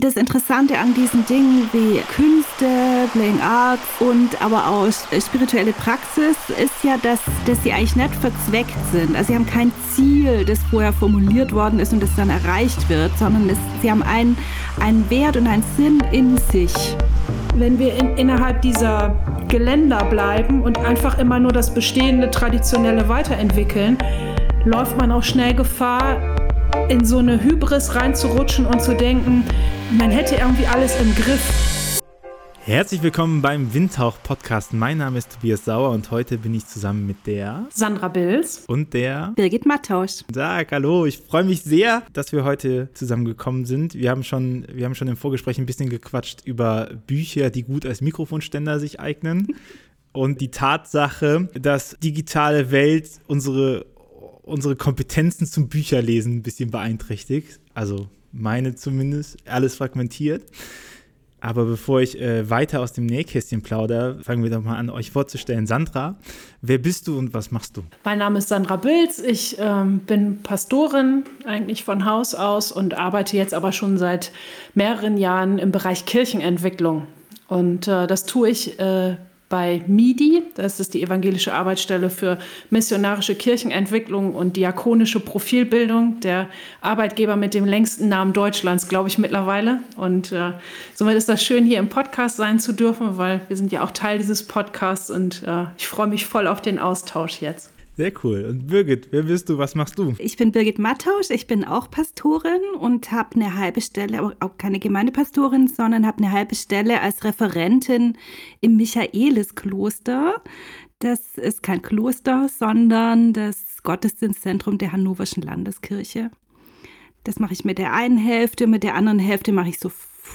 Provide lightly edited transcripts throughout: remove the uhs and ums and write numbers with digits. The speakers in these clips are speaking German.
Das Interessante an diesen Dingen wie Künste, Playing Arts und aber auch spirituelle Praxis ist ja, dass sie eigentlich nicht verzweckt sind. Also sie haben kein Ziel, das vorher formuliert worden ist und das dann erreicht wird, sondern sie haben einen Wert und einen Sinn in sich. Wenn wir innerhalb dieser Geländer bleiben und einfach immer nur das bestehende Traditionelle weiterentwickeln, läuft man auch schnell Gefahr, in so eine Hybris reinzurutschen und zu denken, man hätte irgendwie alles im Griff. Herzlich willkommen beim Windhauch-Podcast. Mein Name ist Tobias Sauer und heute bin ich zusammen mit der Sandra Bills und der Birgit Mattausch. Hallo, ich freue mich sehr, dass wir heute zusammengekommen sind. Wir haben schon im Vorgespräch ein bisschen gequatscht über Bücher, die gut als Mikrofonständer sich eignen und die Tatsache, dass digitale Welt unsere Kompetenzen zum Bücherlesen ein bisschen beeinträchtigt. Also meine zumindest, alles fragmentiert. Aber bevor ich weiter aus dem Nähkästchen plaudere, fangen wir doch mal an, euch vorzustellen. Sandra, wer bist du und was machst du? Mein Name ist Sandra Bills, ich bin Pastorin eigentlich von Haus aus und arbeite jetzt aber schon seit mehreren Jahren im Bereich Kirchenentwicklung. Und das tue ich bei MIDI, das ist die evangelische Arbeitsstelle für missionarische Kirchenentwicklung und diakonische Profilbildung, der Arbeitgeber mit dem längsten Namen Deutschlands, glaube ich, mittlerweile. Und somit ist das schön, hier im Podcast sein zu dürfen, weil wir sind ja auch Teil dieses Podcasts und ich freue mich voll auf den Austausch jetzt. Sehr cool. Und Birgit, wer bist du? Was machst du? Ich bin Birgit Mattausch, ich bin auch Pastorin und habe eine halbe Stelle, aber auch keine Gemeindepastorin, sondern habe eine halbe Stelle als Referentin im Michaeliskloster. Das ist kein Kloster, sondern das Gottesdienstzentrum der Hannoverschen Landeskirche. Das mache ich mit der einen Hälfte, mit der anderen Hälfte mache ich so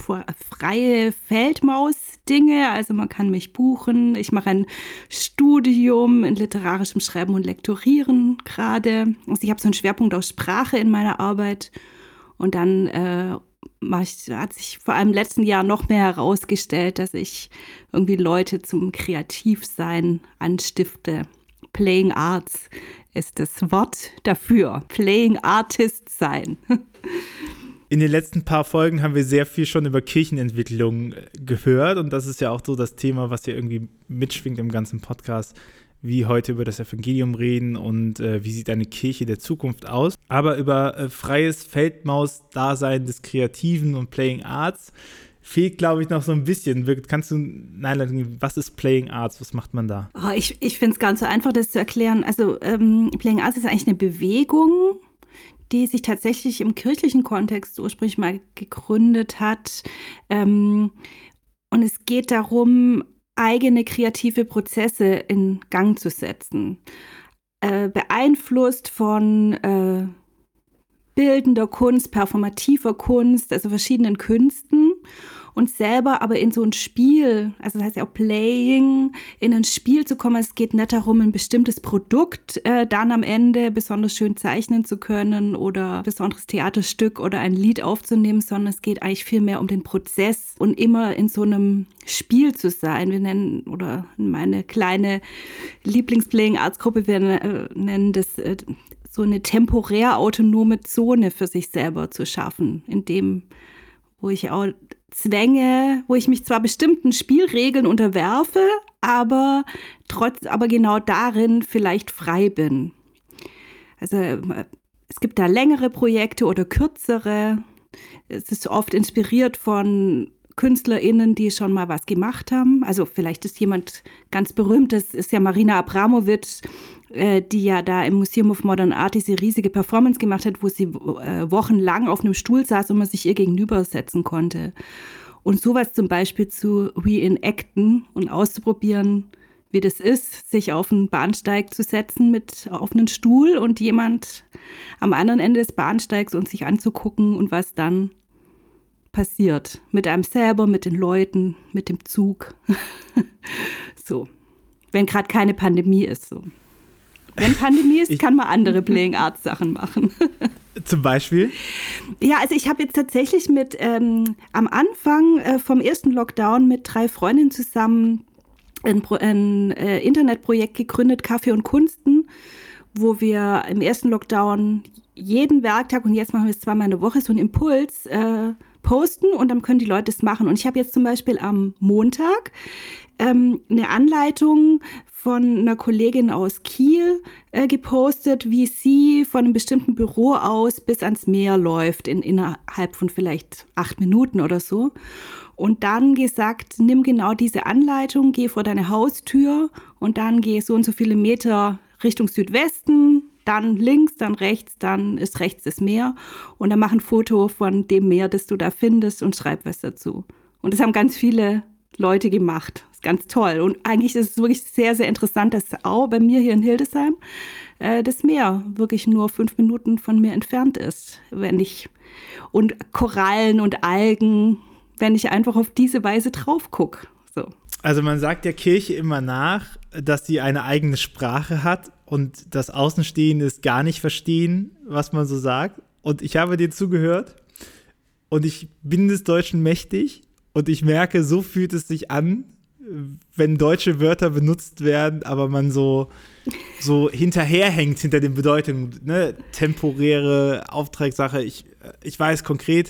freie Feldmaus-Dinge, also man kann mich buchen. Ich mache ein Studium in literarischem Schreiben und Lektorieren gerade. Also ich habe so einen Schwerpunkt auf Sprache in meiner Arbeit und dann hat sich vor allem im letzten Jahr noch mehr herausgestellt, dass ich irgendwie Leute zum Kreativsein anstifte. Playing Arts ist das Wort dafür. Playing Artist sein. In den letzten paar Folgen haben wir sehr viel schon über Kirchenentwicklung gehört und das ist ja auch so das Thema, was hier irgendwie mitschwingt im ganzen Podcast, wie heute über das Evangelium reden und wie sieht eine Kirche der Zukunft aus. Aber über freies Feldmaus-Dasein des Kreativen und Playing Arts fehlt, glaube ich, noch so ein bisschen. Kannst du was ist Playing Arts? Was macht man da? Oh, ich finde es ganz so einfach, das zu erklären. Also Playing Arts ist eigentlich eine Bewegung, die sich tatsächlich im kirchlichen Kontext ursprünglich mal gegründet hat. Und es geht darum, eigene kreative Prozesse in Gang zu setzen. Beeinflusst von bildender Kunst, performativer Kunst, also verschiedenen Künsten. Und selber aber in so ein Spiel, also das heißt ja auch Playing, in ein Spiel zu kommen. Es geht nicht darum, ein bestimmtes Produkt dann am Ende besonders schön zeichnen zu können oder ein besonderes Theaterstück oder ein Lied aufzunehmen, sondern es geht eigentlich viel mehr um den Prozess und immer in so einem Spiel zu sein. Wir nennen, oder meine kleine Lieblings-Playing-Arts-Gruppe, wir nennen das so eine temporär autonome Zone für sich selber zu schaffen, in dem, wo ich auch wo ich mich zwar bestimmten Spielregeln unterwerfe, aber genau darin vielleicht frei bin. Also es gibt da längere Projekte oder kürzere. Es ist oft inspiriert von KünstlerInnen, die schon mal was gemacht haben. Also vielleicht ist jemand ganz berühmt, das ist ja Marina Abramovic, die ja da im Museum of Modern Art diese riesige Performance gemacht hat, wo sie wochenlang auf einem Stuhl saß und man sich ihr gegenübersetzen konnte. Und sowas zum Beispiel zu reenacten und auszuprobieren, wie das ist, sich auf einen Bahnsteig zu setzen auf einen Stuhl und jemand am anderen Ende des Bahnsteigs und sich anzugucken und was dann passiert. Mit einem selber, mit den Leuten, mit dem Zug. So. Wenn gerade keine Pandemie ist, so. Wenn Pandemie ist, kann man andere Playing Arts Sachen machen. Zum Beispiel? Ja, also ich habe jetzt tatsächlich am Anfang vom ersten Lockdown mit 3 Freundinnen zusammen ein Internetprojekt gegründet, Kaffee und Kunsten, wo wir im ersten Lockdown jeden Werktag, und jetzt machen wir es zweimal in der Woche, so einen Impuls posten und dann können die Leute es machen. Und ich habe jetzt zum Beispiel am Montag eine Anleitung von einer Kollegin aus Kiel gepostet, wie sie von einem bestimmten Büro aus bis ans Meer läuft, innerhalb von vielleicht 8 Minuten oder so. Und dann gesagt, nimm genau diese Anleitung, geh vor deine Haustür und dann geh so und so viele Meter Richtung Südwesten, dann links, dann rechts, dann ist rechts das Meer und dann mach ein Foto von dem Meer, das du da findest und schreib was dazu. Und das haben ganz viele Leute gemacht. Das ist ganz toll. Und eigentlich ist es wirklich sehr, sehr interessant, dass auch bei mir hier in Hildesheim das Meer wirklich nur 5 Minuten von mir entfernt ist. Und Korallen und Algen, wenn ich einfach auf diese Weise drauf gucke. So. Also man sagt der Kirche immer nach, dass sie eine eigene Sprache hat und das Außenstehende es gar nicht verstehen, was man so sagt. Und ich habe dir zugehört und ich bin des Deutschen mächtig und ich merke, so fühlt es sich an, wenn deutsche Wörter benutzt werden, aber man so hinterherhängt hinter den Bedeutungen, ne? Temporäre Auftragssache. Ich weiß konkret,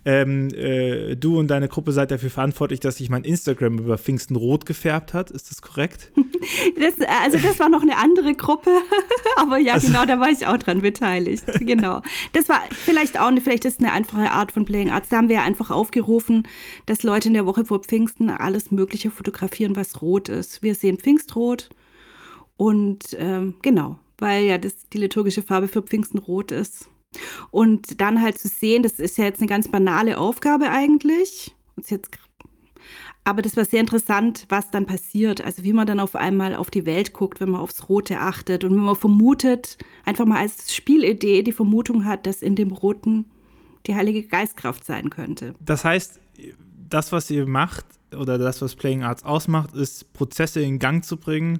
du und deine Gruppe seid dafür verantwortlich, dass sich mein Instagram über Pfingsten rot gefärbt hat. Ist das korrekt? Das war noch eine andere Gruppe, aber ja, genau, da war ich auch dran beteiligt. Genau. Das war vielleicht ist eine einfache Art von Playing Arts. Da haben wir ja einfach aufgerufen, dass Leute in der Woche vor Pfingsten alles Mögliche fotografieren, was rot ist. Wir sehen Pfingstrot und genau, weil ja die liturgische Farbe für Pfingsten rot ist. Und dann halt zu sehen, das ist ja jetzt eine ganz banale Aufgabe eigentlich. Aber das war sehr interessant, was dann passiert. Also wie man dann auf einmal auf die Welt guckt, wenn man aufs Rote achtet. Und wenn man vermutet, einfach mal als Spielidee die Vermutung hat, dass in dem Roten die Heilige Geistkraft sein könnte. Das heißt, das, was ihr macht oder das, was Playing Arts ausmacht, ist, Prozesse in Gang zu bringen,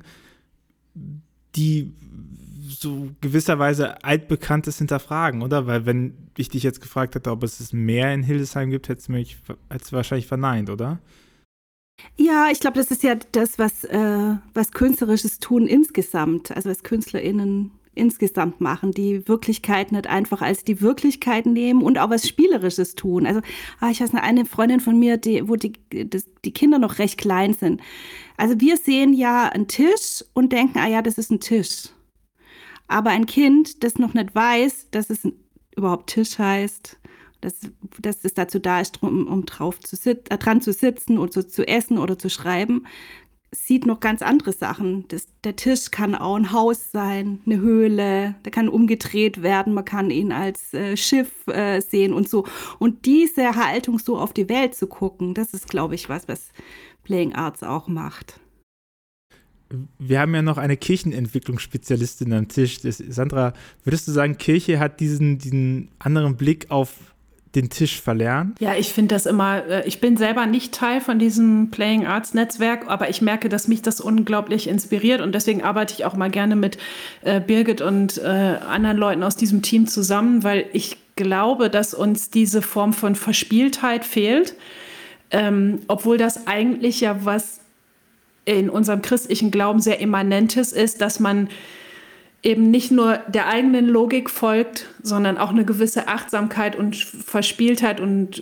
die so gewisserweise altbekanntes hinterfragen, oder? Weil wenn ich dich jetzt gefragt hätte, ob es mehr in Hildesheim gibt, hättest du wahrscheinlich verneint, oder? Ja, ich glaube, das ist ja das, was künstlerisches Tun insgesamt, also was KünstlerInnen insgesamt machen, die Wirklichkeit nicht einfach als die Wirklichkeit nehmen und auch was Spielerisches tun. Also, ich weiß noch, eine Freundin von mir, wo die Kinder noch recht klein sind. Also wir sehen ja einen Tisch und denken, das ist ein Tisch. Aber ein Kind, das noch nicht weiß, dass es überhaupt Tisch heißt, dass es dazu da ist, um dran zu sitzen oder zu essen oder zu schreiben, sieht noch ganz andere Sachen. Der Tisch kann auch ein Haus sein, eine Höhle, der kann umgedreht werden, man kann ihn als Schiff sehen und so. Und diese Haltung, so auf die Welt zu gucken, das ist, glaube ich, was Playing Arts auch macht. Wir haben ja noch eine Kirchenentwicklungsspezialistin am Tisch. Sandra, würdest du sagen, Kirche hat diesen anderen Blick auf den Tisch verlernt? Ja, ich finde das immer, ich bin selber nicht Teil von diesem Playing Arts Netzwerk, aber ich merke, dass mich das unglaublich inspiriert und deswegen arbeite ich auch mal gerne mit Birgit und anderen Leuten aus diesem Team zusammen, weil ich glaube, dass uns diese Form von Verspieltheit fehlt, obwohl das eigentlich ja was in unserem christlichen Glauben sehr Immanentes ist, dass man eben nicht nur der eigenen Logik folgt, sondern auch eine gewisse Achtsamkeit und Verspieltheit und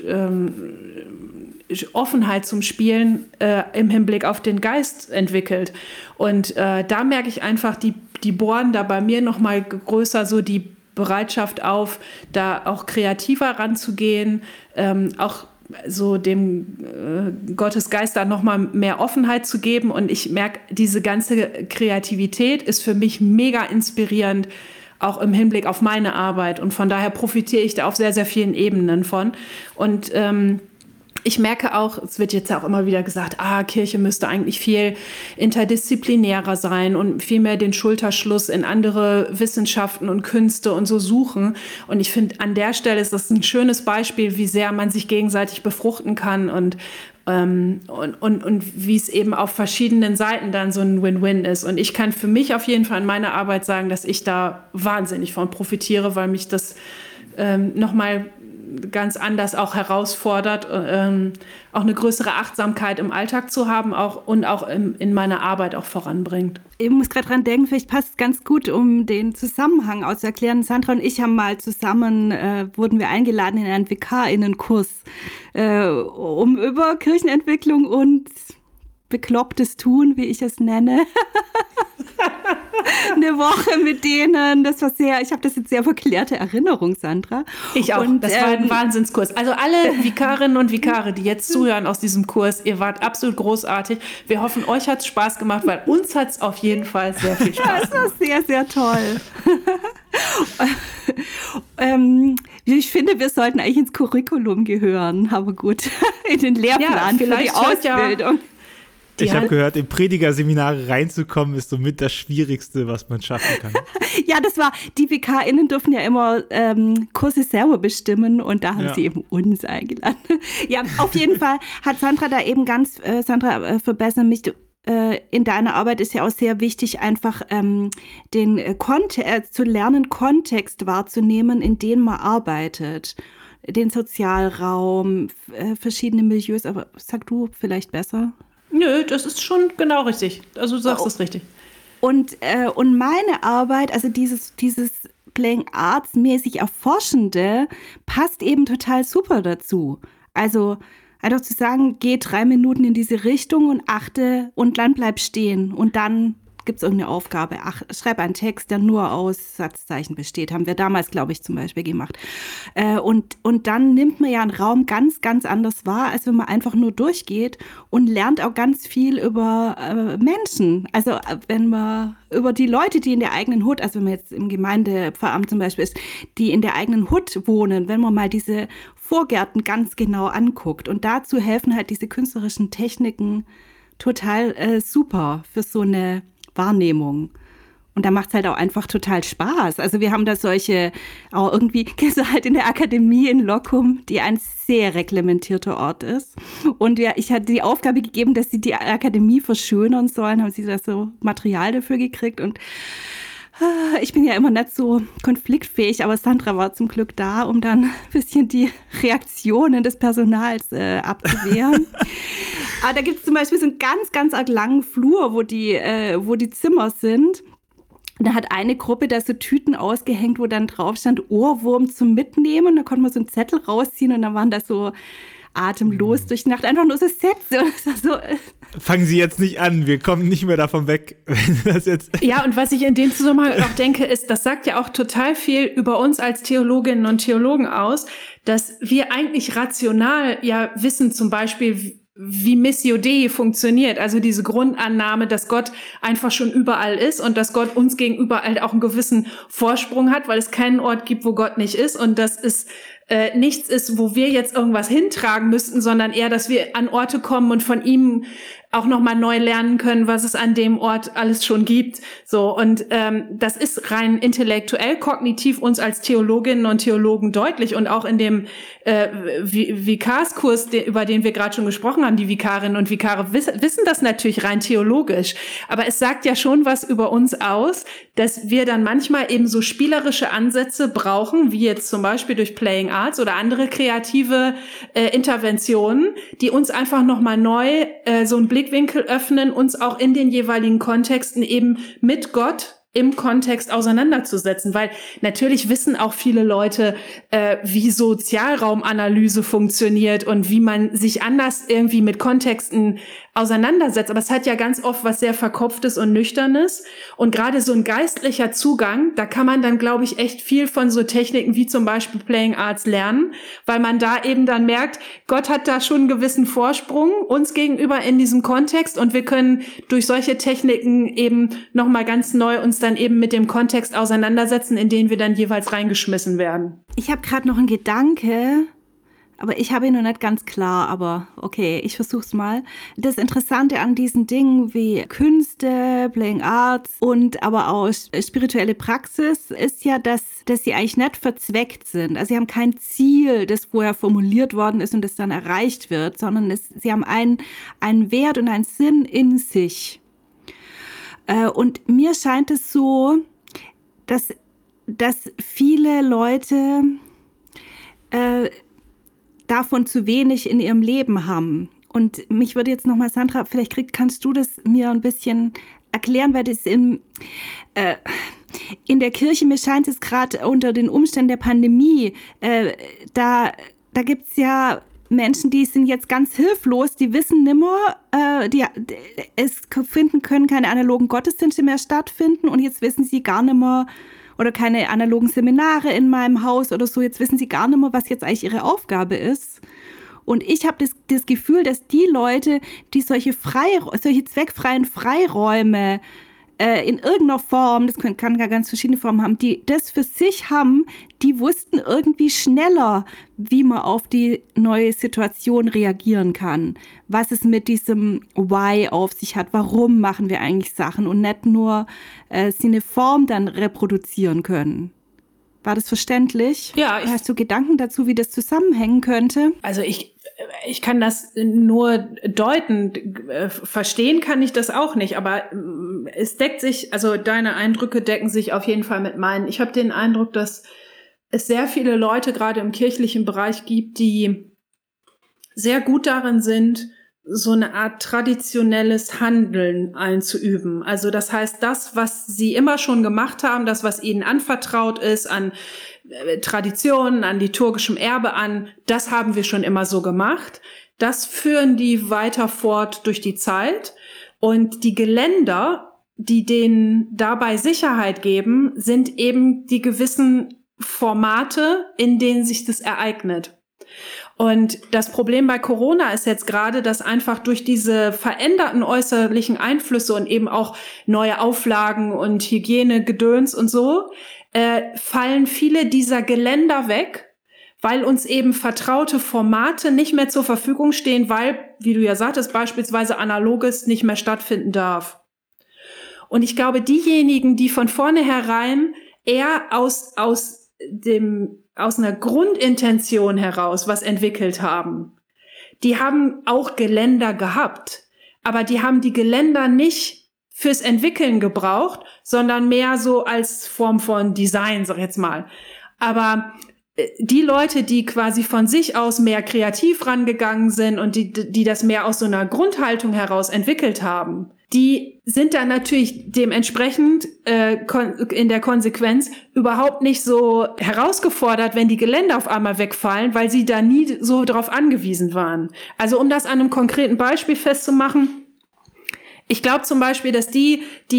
Offenheit zum Spielen im Hinblick auf den Geist entwickelt. Und da merke ich einfach, die bohren da bei mir noch mal größer so die Bereitschaft auf, da auch kreativer ranzugehen, auch so dem Gottesgeist da nochmal mehr Offenheit zu geben. Und ich merke, diese ganze Kreativität ist für mich mega inspirierend, auch im Hinblick auf meine Arbeit. Und von daher profitiere ich da auf sehr, sehr vielen Ebenen von. Und ich merke auch, es wird jetzt auch immer wieder gesagt, Kirche müsste eigentlich viel interdisziplinärer sein und viel mehr den Schulterschluss in andere Wissenschaften und Künste und so suchen. Und ich finde, an der Stelle ist das ein schönes Beispiel, wie sehr man sich gegenseitig befruchten kann und wie es eben auf verschiedenen Seiten dann so ein Win-Win ist. Und ich kann für mich auf jeden Fall in meiner Arbeit sagen, dass ich da wahnsinnig von profitiere, weil mich das nochmal ganz anders auch herausfordert, auch eine größere Achtsamkeit im Alltag zu haben und auch in meiner Arbeit auch voranbringt. Ich muss gerade dran denken, vielleicht passt es ganz gut, um den Zusammenhang auszuerklären. Sandra und ich haben mal zusammen, wurden wir eingeladen in einen VikarInnenkurs, um über Kirchenentwicklung und beklopptes Tun, wie ich es nenne, eine Woche mit denen. Das war ich habe das jetzt sehr verklärte Erinnerung, Sandra. Ich auch. Und, das war ein Wahnsinnskurs. Also alle Vikarinnen und Vikare, die jetzt zuhören aus diesem Kurs, ihr wart absolut großartig. Wir hoffen, euch hat es Spaß gemacht, weil uns hat es auf jeden Fall sehr viel Spaß gemacht. Das war sehr, sehr toll. Ich finde, wir sollten eigentlich ins Curriculum gehören, aber gut, in den Lehrplan für die Ausbildung. Ich habe gehört, in Predigerseminare reinzukommen, ist somit das Schwierigste, was man schaffen kann. Ja, die VikarInnen dürfen ja immer Kurse selber bestimmen und da haben sie eben uns eingeladen. Ja, auf jeden Fall hat Sandra da eben Sandra, verbessere mich, in deiner Arbeit ist ja auch sehr wichtig, einfach zu lernen, Kontext wahrzunehmen, in dem man arbeitet. Den Sozialraum, verschiedene Milieus, aber sag du vielleicht besser. Nö, das ist schon genau richtig. Also du sagst es richtig. Und meine Arbeit, also dieses Playing Arts mäßig Erforschende, passt eben total super dazu. Also einfach zu sagen, geh 3 Minuten in diese Richtung und achte und dann bleib stehen und dann gibt es irgendeine Aufgabe. Schreib einen Text, der nur aus Satzzeichen besteht. Haben wir damals, glaube ich, zum Beispiel gemacht. Und dann nimmt man ja einen Raum ganz, ganz anders wahr, als wenn man einfach nur durchgeht und lernt auch ganz viel über Menschen. Also wenn man über die Leute, die in der eigenen Hut, also wenn man jetzt im Gemeindepfarramt zum Beispiel ist, die in der eigenen Hut wohnen, wenn man mal diese Vorgärten ganz genau anguckt. Und dazu helfen halt diese künstlerischen Techniken total super für so eine Wahrnehmung. Und da macht es halt auch einfach total Spaß. Also wir haben da solche, auch irgendwie, kennst du halt in der Akademie in Loccum, die ein sehr reglementierter Ort ist. Und ja, ich hatte die Aufgabe gegeben, dass sie die Akademie verschönern sollen, haben sie da so Material dafür gekriegt und ich bin ja immer nicht so konfliktfähig, aber Sandra war zum Glück da, um dann ein bisschen die Reaktionen des Personals abzuwehren. Aber da gibt es zum Beispiel so einen ganz, ganz arg langen Flur, wo die Zimmer sind. Und da hat eine Gruppe da so Tüten ausgehängt, wo dann drauf stand, Ohrwurm zum Mitnehmen. Und da konnte man so einen Zettel rausziehen und dann waren da so atemlos durch die Nacht einfach nur so Sätze. Und das war so, fangen Sie jetzt nicht an, wir kommen nicht mehr davon weg. Wenn das jetzt ja, und was ich in dem Zusammenhang auch denke, ist, das sagt ja auch total viel über uns als Theologinnen und Theologen aus, dass wir eigentlich rational ja wissen, zum Beispiel, wie Missio Dei funktioniert, also diese Grundannahme, dass Gott einfach schon überall ist und dass Gott uns gegenüber halt auch einen gewissen Vorsprung hat, weil es keinen Ort gibt, wo Gott nicht ist und dass es nichts ist, wo wir jetzt irgendwas hintragen müssten, sondern eher, dass wir an Orte kommen und von ihm auch nochmal neu lernen können, was es an dem Ort alles schon gibt. So, und das ist rein intellektuell, kognitiv uns als Theologinnen und Theologen deutlich und auch in dem Vikarskurs, über den wir gerade schon gesprochen haben, die Vikarinnen und Vikare wissen das natürlich rein theologisch. Aber es sagt ja schon was über uns aus, dass wir dann manchmal eben so spielerische Ansätze brauchen, wie jetzt zum Beispiel durch Playing Arts oder andere kreative Interventionen, die uns einfach nochmal neu so einen Blickwinkel öffnen, uns auch in den jeweiligen Kontexten eben mit Gott im Kontext auseinanderzusetzen, weil natürlich wissen auch viele Leute, wie Sozialraumanalyse funktioniert und wie man sich anders irgendwie mit Kontexten auseinandersetzt. Aber es hat ja ganz oft was sehr Verkopftes und Nüchternes. Und gerade so ein geistlicher Zugang, da kann man dann, glaube ich, echt viel von so Techniken wie zum Beispiel Playing Arts lernen, weil man da eben dann merkt, Gott hat da schon einen gewissen Vorsprung uns gegenüber in diesem Kontext und wir können durch solche Techniken eben nochmal ganz neu uns dann eben mit dem Kontext auseinandersetzen, in den wir dann jeweils reingeschmissen werden. Ich habe gerade noch einen Gedanke, aber ich habe ihn noch nicht ganz klar, aber okay, ich versuch's mal. Das Interessante an diesen Dingen wie Künste, Playing Arts und aber auch spirituelle Praxis ist ja, dass sie eigentlich nicht verzweckt sind. Also sie haben kein Ziel, das vorher formuliert worden ist und das dann erreicht wird, sondern sie haben einen Wert und einen Sinn in sich. Und mir scheint es so, dass viele Leute davon zu wenig in ihrem Leben haben. Und mich würde jetzt nochmal, Sandra, vielleicht kannst du das mir ein bisschen erklären, weil das in der Kirche, mir scheint es gerade unter den Umständen der Pandemie, da gibt's ja Menschen, die sind jetzt ganz hilflos, die wissen nimmer, können keine analogen Gottesdienste mehr stattfinden und jetzt wissen sie gar nimmer, oder keine analogen Seminare in meinem Haus oder so, jetzt wissen sie gar nimmer, was jetzt eigentlich ihre Aufgabe ist. Und ich habe das Gefühl, dass die Leute, die solche zweckfreien Freiräume in irgendeiner Form, das kann ja ganz verschiedene Formen haben, die das für sich haben, die wussten irgendwie schneller, wie man auf die neue Situation reagieren kann. Was es mit diesem Why auf sich hat, warum machen wir eigentlich Sachen und nicht nur sie eine Form dann reproduzieren können. War das verständlich? Ja. Hast du Gedanken dazu, wie das zusammenhängen könnte? Also ich kann das nur deuten. Verstehen kann ich das auch nicht, aber es deckt sich, also deine Eindrücke decken sich auf jeden Fall mit meinen. Ich habe den Eindruck, dass es sehr viele Leute gerade im kirchlichen Bereich gibt, die sehr gut darin sind, so eine Art traditionelles Handeln einzuüben. Also das heißt, das, was sie immer schon gemacht haben, das, was ihnen anvertraut ist an Traditionen, an liturgischem Erbe an, das haben wir schon immer so gemacht. Das führen die weiter fort durch die Zeit. Und die Geländer, die denen dabei Sicherheit geben, sind eben die gewissen Formate, in denen sich das ereignet. Und das Problem bei Corona ist jetzt gerade, dass einfach durch diese veränderten äußerlichen Einflüsse und eben auch neue Auflagen und Hygienegedöns und so, fallen viele dieser Geländer weg, weil uns eben vertraute Formate nicht mehr zur Verfügung stehen, weil, wie du ja sagtest, beispielsweise Analoges nicht mehr stattfinden darf. Und ich glaube, diejenigen, die von vornherein eher aus einer Grundintention heraus was entwickelt haben, die haben auch Geländer gehabt, aber die haben die Geländer nicht fürs Entwickeln gebraucht, sondern mehr so als Form von Design, sag ich jetzt mal. Aber die Leute, die quasi von sich aus mehr kreativ rangegangen sind und die das mehr aus so einer Grundhaltung heraus entwickelt haben, die sind dann natürlich dementsprechend in der Konsequenz überhaupt nicht so herausgefordert, wenn die Geländer auf einmal wegfallen, weil sie da nie so drauf angewiesen waren. Also um das an einem konkreten Beispiel festzumachen, ich glaube zum Beispiel, dass die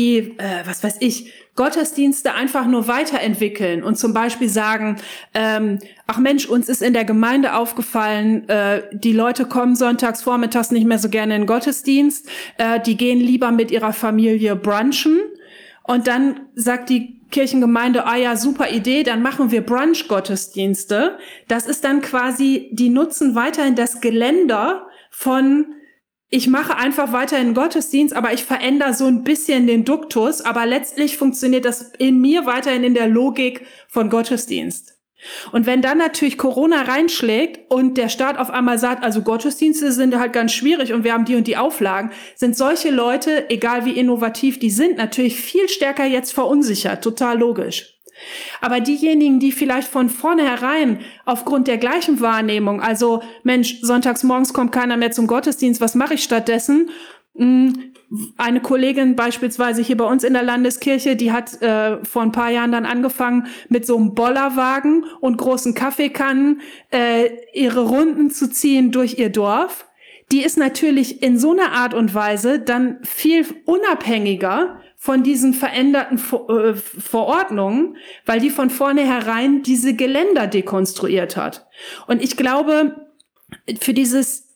Gottesdienste einfach nur weiterentwickeln und zum Beispiel sagen, ach Mensch, uns ist in der Gemeinde aufgefallen, die Leute kommen sonntags vormittags nicht mehr so gerne in den Gottesdienst, die gehen lieber mit ihrer Familie brunchen und dann sagt die Kirchengemeinde, ah ja, super Idee, dann machen wir Brunch-Gottesdienste. Das ist dann quasi, die nutzen weiterhin das Geländer von ich mache einfach weiterhin Gottesdienst, aber ich verändere so ein bisschen den Duktus, aber letztlich funktioniert das in mir weiterhin in der Logik von Gottesdienst. Und wenn dann natürlich Corona reinschlägt und der Staat auf einmal sagt, also Gottesdienste sind halt ganz schwierig und wir haben die und die Auflagen, sind solche Leute, egal wie innovativ die sind, natürlich viel stärker jetzt verunsichert, total logisch. Aber diejenigen, die vielleicht von vornherein aufgrund der gleichen Wahrnehmung, also Mensch, sonntags morgens kommt keiner mehr zum Gottesdienst, was mache ich stattdessen? Eine Kollegin beispielsweise hier bei uns in der Landeskirche, die hat vor ein paar Jahren dann angefangen, mit so einem Bollerwagen und großen Kaffeekannen ihre Runden zu ziehen durch ihr Dorf. Die ist natürlich in so einer Art und Weise dann viel unabhängiger von diesen veränderten Verordnungen, weil die von vornherein diese Geländer dekonstruiert hat. Und ich glaube, für dieses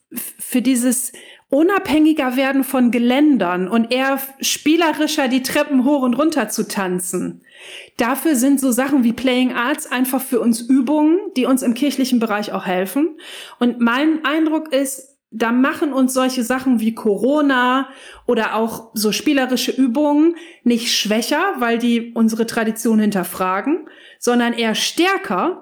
unabhängiger werden von Geländern und eher spielerischer die Treppen hoch und runter zu tanzen, dafür sind so Sachen wie Playing Arts einfach für uns Übungen, die uns im kirchlichen Bereich auch helfen. Und mein Eindruck ist, da machen uns solche Sachen wie Corona oder auch so spielerische Übungen nicht schwächer, weil die unsere Tradition hinterfragen, sondern eher stärker,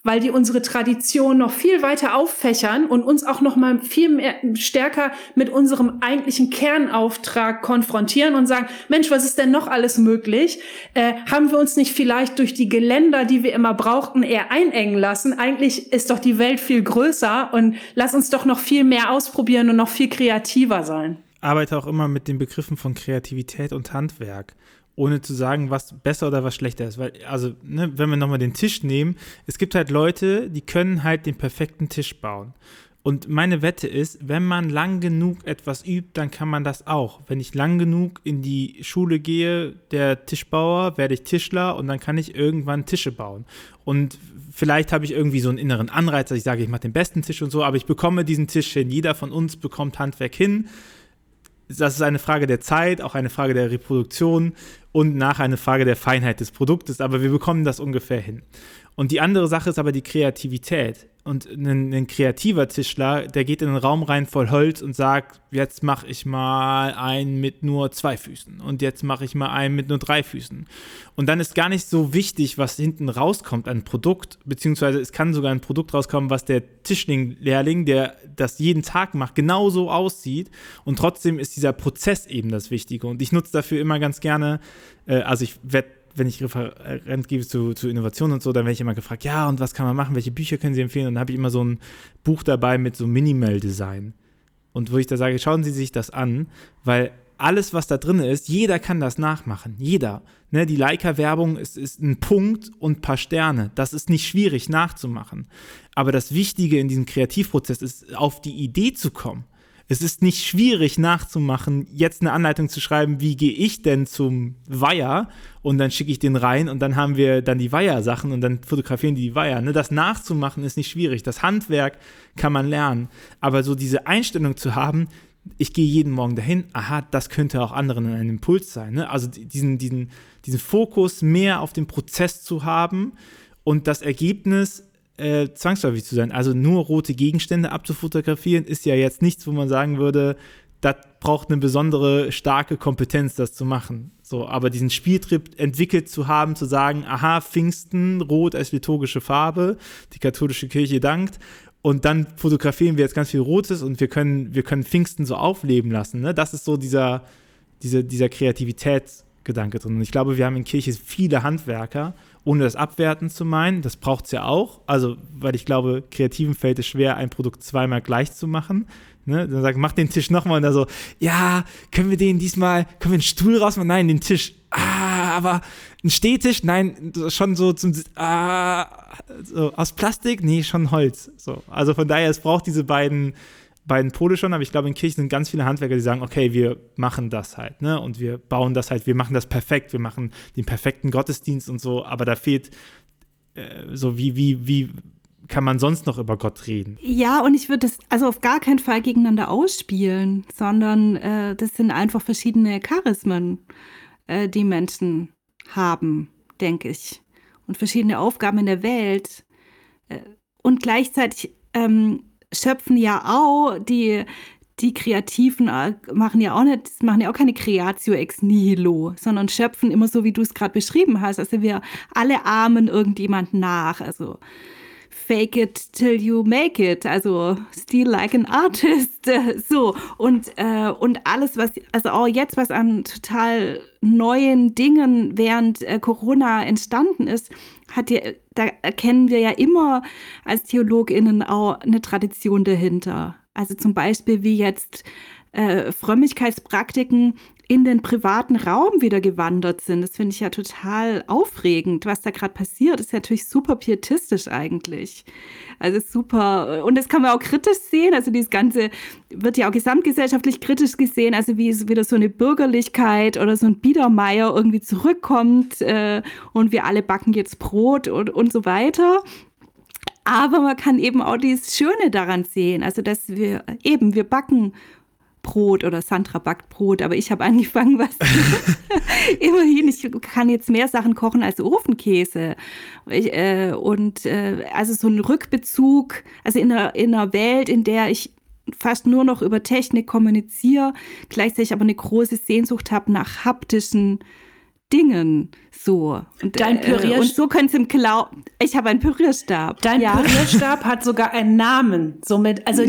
weil die unsere Tradition noch viel weiter auffächern und uns auch noch mal viel mehr stärker mit unserem eigentlichen Kernauftrag konfrontieren und sagen, Mensch, was ist denn noch alles möglich? Haben wir uns nicht vielleicht durch die Geländer, die wir immer brauchten, eher einengen lassen? Eigentlich ist doch die Welt viel größer und lass uns doch noch viel mehr ausprobieren und noch viel kreativer sein. Ich arbeite auch immer mit den Begriffen von Kreativität und Handwerk, ohne zu sagen, was besser oder was schlechter ist. Weil, also, wenn wir nochmal den Tisch nehmen, es gibt halt Leute, die können halt den perfekten Tisch bauen. Und meine Wette ist, wenn man lang genug etwas übt, dann kann man das auch. Wenn ich lang genug in die Schule gehe, der Tischbauer, werde ich Tischler und dann kann ich irgendwann Tische bauen. Und vielleicht habe ich irgendwie so einen inneren Anreiz, dass ich sage, ich mache den besten Tisch und so, aber ich bekomme diesen Tisch hin. Jeder von uns bekommt Handwerk hin. Das ist eine Frage der Zeit, auch eine Frage der Reproduktion und nachher eine Frage der Feinheit des Produktes, aber wir bekommen das ungefähr hin. Und die andere Sache ist aber die Kreativität. Und ein kreativer Tischler, der geht in einen Raum rein voll Holz und sagt, jetzt mache ich mal einen mit nur 2 Füßen und jetzt mache ich mal einen mit nur 3 Füßen. Und dann ist gar nicht so wichtig, was hinten rauskommt an Produkt, beziehungsweise es kann sogar ein Produkt rauskommen, was der Tischling-Lehrling, der das jeden Tag macht, genauso aussieht. Und trotzdem ist dieser Prozess eben das Wichtige. Und ich nutze dafür immer ganz gerne, also ich werde, wenn ich Referent gebe zu Innovation und so, dann werde ich immer gefragt, ja, und was kann man machen, welche Bücher können Sie empfehlen? Und dann habe ich immer so ein Buch dabei mit so Minimal-Design. Und wo ich da sage, schauen Sie sich das an, weil alles, was da drin ist, jeder kann das nachmachen, jeder. Ne, die Leica-Werbung ist ein Punkt und ein paar Sterne. Das ist nicht schwierig nachzumachen. Aber das Wichtige in diesem Kreativprozess ist, auf die Idee zu kommen. Es ist nicht schwierig nachzumachen, jetzt eine Anleitung zu schreiben, wie gehe ich denn zum Weiher und dann schicke ich den rein und dann haben wir dann die Weiher-Sachen und dann fotografieren die Weiher. Ne? Das nachzumachen ist nicht schwierig. Das Handwerk kann man lernen. Aber so diese Einstellung zu haben, ich gehe jeden Morgen dahin, aha, das könnte auch anderen ein Impuls sein. Ne? Also diesen Fokus mehr auf den Prozess zu haben und das Ergebnis zwangsläufig zu sein. Also nur rote Gegenstände abzufotografieren, ist ja jetzt nichts, wo man sagen würde, das braucht eine besondere, starke Kompetenz, das zu machen. So, aber diesen Spieltrieb entwickelt zu haben, zu sagen, aha, Pfingsten, rot als liturgische Farbe, die katholische Kirche dankt, und dann fotografieren wir jetzt ganz viel Rotes und wir können Pfingsten so aufleben lassen. Ne? Das ist so dieser Kreativitätsgedanke drin. Und ich glaube, wir haben in Kirche viele Handwerker, ohne das abwerten zu meinen, das braucht es ja auch, also weil ich glaube, Kreativen fällt es schwer, ein Produkt zweimal gleich zu machen. Ne? Dann sagt, mach den Tisch nochmal und dann so, ja, können wir einen Stuhl rausmachen? Nein, den Tisch, aber ein Stehtisch? Nein, schon so so aus Plastik? Nee, schon Holz. So. Also von daher, es braucht diese beiden Pole schon, aber ich glaube, in Kirchen sind ganz viele Handwerker, die sagen, okay, wir machen das halt, ne? Und wir bauen das halt, wir machen das perfekt, wir machen den perfekten Gottesdienst und so, aber da fehlt so, wie kann man sonst noch über Gott reden? Ja, und ich würde das also auf gar keinen Fall gegeneinander ausspielen, sondern das sind einfach verschiedene Charismen, die Menschen haben, denke ich. Und verschiedene Aufgaben in der Welt. Und gleichzeitig schöpfen ja auch die Kreativen machen ja auch keine Creatio ex nihilo, sondern schöpfen immer so, wie du es gerade beschrieben hast. Also wir alle ahmen irgendjemand nach. Also fake it till you make it. Also steal like an artist. So. Und alles, also auch jetzt, was an total neuen Dingen während Corona entstanden ist, da erkennen wir ja immer als TheologInnen auch eine Tradition dahinter. Also zum Beispiel wie jetzt Frömmigkeitspraktiken in den privaten Raum wieder gewandert sind. Das finde ich ja total aufregend, was da gerade passiert. Das ist ja natürlich super pietistisch eigentlich. Also super. Und das kann man auch kritisch sehen. Also dieses Ganze wird ja auch gesamtgesellschaftlich kritisch gesehen. Also wie es wieder so eine Bürgerlichkeit oder so ein Biedermeier irgendwie zurückkommt und wir alle backen jetzt Brot und so weiter. Aber man kann eben auch dieses Schöne daran sehen. Also dass wir backen Brot oder Sandra backt Brot, aber ich habe angefangen, immerhin, ich kann jetzt mehr Sachen kochen als Ofenkäse. Also so ein Rückbezug, also in einer Welt, in der ich fast nur noch über Technik kommuniziere, gleichzeitig aber eine große Sehnsucht habe nach haptischen Dingen. So. Und, und so können Sie im Glauben. Ich habe einen Pürierstab. Dein Pürierstab hat sogar einen Namen. Somit, also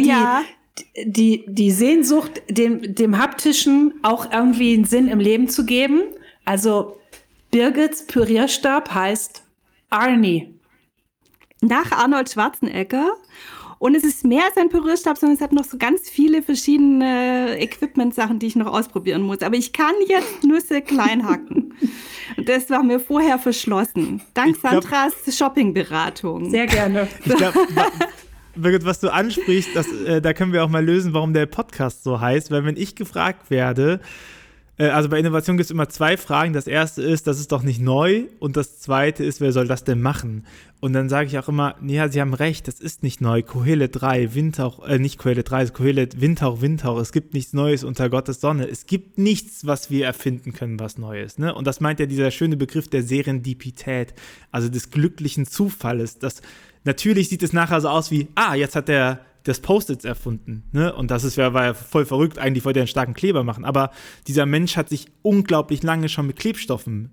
die Sehnsucht, dem Haptischen auch irgendwie einen Sinn im Leben zu geben. Also Birgits Pürierstab heißt Arnie. Nach Arnold Schwarzenegger. Und es ist mehr als ein Pürierstab, sondern es hat noch so ganz viele verschiedene Equipment-Sachen, die ich noch ausprobieren muss. Aber ich kann jetzt Nüsse klein hacken. Und das war mir vorher verschlossen. Dank Sandras Shoppingberatung. Sehr gerne. Ich glaube, Birgit, was du ansprichst, da können wir auch mal lösen, warum der Podcast so heißt. Weil wenn ich gefragt werde, also bei Innovation gibt es immer 2 Fragen. Das erste ist, das ist doch nicht neu. Und das zweite ist, wer soll das denn machen? Und dann sage ich auch immer, ja, Sie haben recht, das ist nicht neu. Kohelet 3, Windhauch, nicht Kohelet 3, Kohelet, Windhauch. Es gibt nichts Neues unter Gottes Sonne. Es gibt nichts, was wir erfinden können, was Neues. Ne? Und das meint ja dieser schöne Begriff der Serendipität, also des glücklichen Zufalles. Natürlich sieht es nachher so aus wie, jetzt hat der das Post-its erfunden, ne? Und das war ja voll verrückt, eigentlich wollte er einen starken Kleber machen, aber dieser Mensch hat sich unglaublich lange schon mit Klebstoffen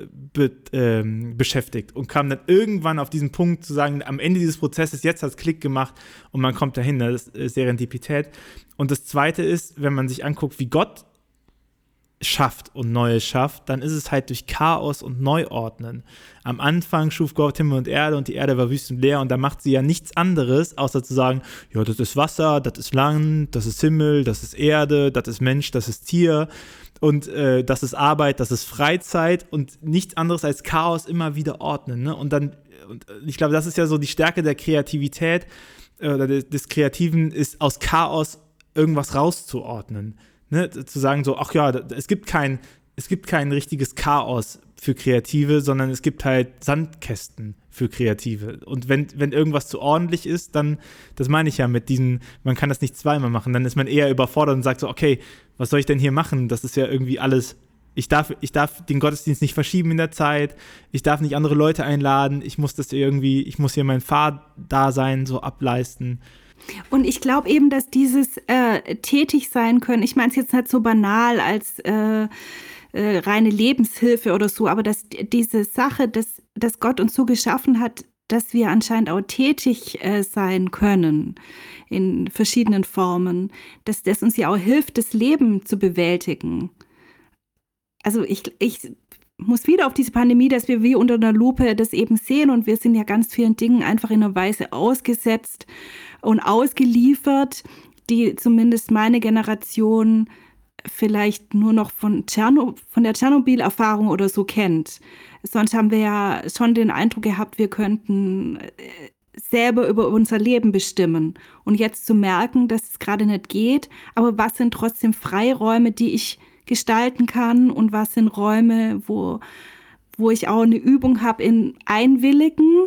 beschäftigt und kam dann irgendwann auf diesen Punkt zu sagen, am Ende dieses Prozesses, jetzt hat es Klick gemacht und man kommt dahin, das ist Serendipität. Und das Zweite ist, wenn man sich anguckt, wie Gott schafft und Neues schafft, dann ist es halt durch Chaos und Neuordnen. Am Anfang schuf Gott Himmel und die Erde war wüst und leer und da macht sie ja nichts anderes, außer zu sagen, ja, das ist Wasser, das ist Land, das ist Himmel, das ist Erde, das ist Mensch, das ist Tier und das ist Arbeit, das ist Freizeit und nichts anderes als Chaos immer wieder ordnen. Ne? Und ich glaube, das ist ja so die Stärke der Kreativität oder des Kreativen, ist aus Chaos irgendwas rauszuordnen. Ne, zu sagen so, ach ja, es gibt kein richtiges Chaos für Kreative, sondern es gibt halt Sandkästen für Kreative. Und wenn irgendwas zu ordentlich ist, dann, das meine ich ja mit diesen, man kann das nicht zweimal machen, dann ist man eher überfordert und sagt so, okay, was soll ich denn hier machen? Das ist ja irgendwie alles, ich darf den Gottesdienst nicht verschieben in der Zeit, ich darf nicht andere Leute einladen, ich muss hier mein Fahrdasein so ableisten. Und ich glaube eben, dass dieses tätig sein können, ich meine es jetzt nicht so banal als reine Lebenshilfe oder so, aber dass diese Sache, dass Gott uns so geschaffen hat, dass wir anscheinend auch tätig sein können in verschiedenen Formen, dass das uns ja auch hilft, das Leben zu bewältigen. Also ich muss wieder auf diese Pandemie, dass wir wie unter einer Lupe das eben sehen und wir sind ja ganz vielen Dingen einfach in einer Weise ausgesetzt und ausgeliefert, die zumindest meine Generation vielleicht nur noch von der Tschernobyl-Erfahrung oder so kennt. Sonst haben wir ja schon den Eindruck gehabt, wir könnten selber über unser Leben bestimmen. Und jetzt zu merken, dass es gerade nicht geht, aber was sind trotzdem Freiräume, die ich gestalten kann und was sind Räume, wo ich auch eine Übung habe in Einwilligen.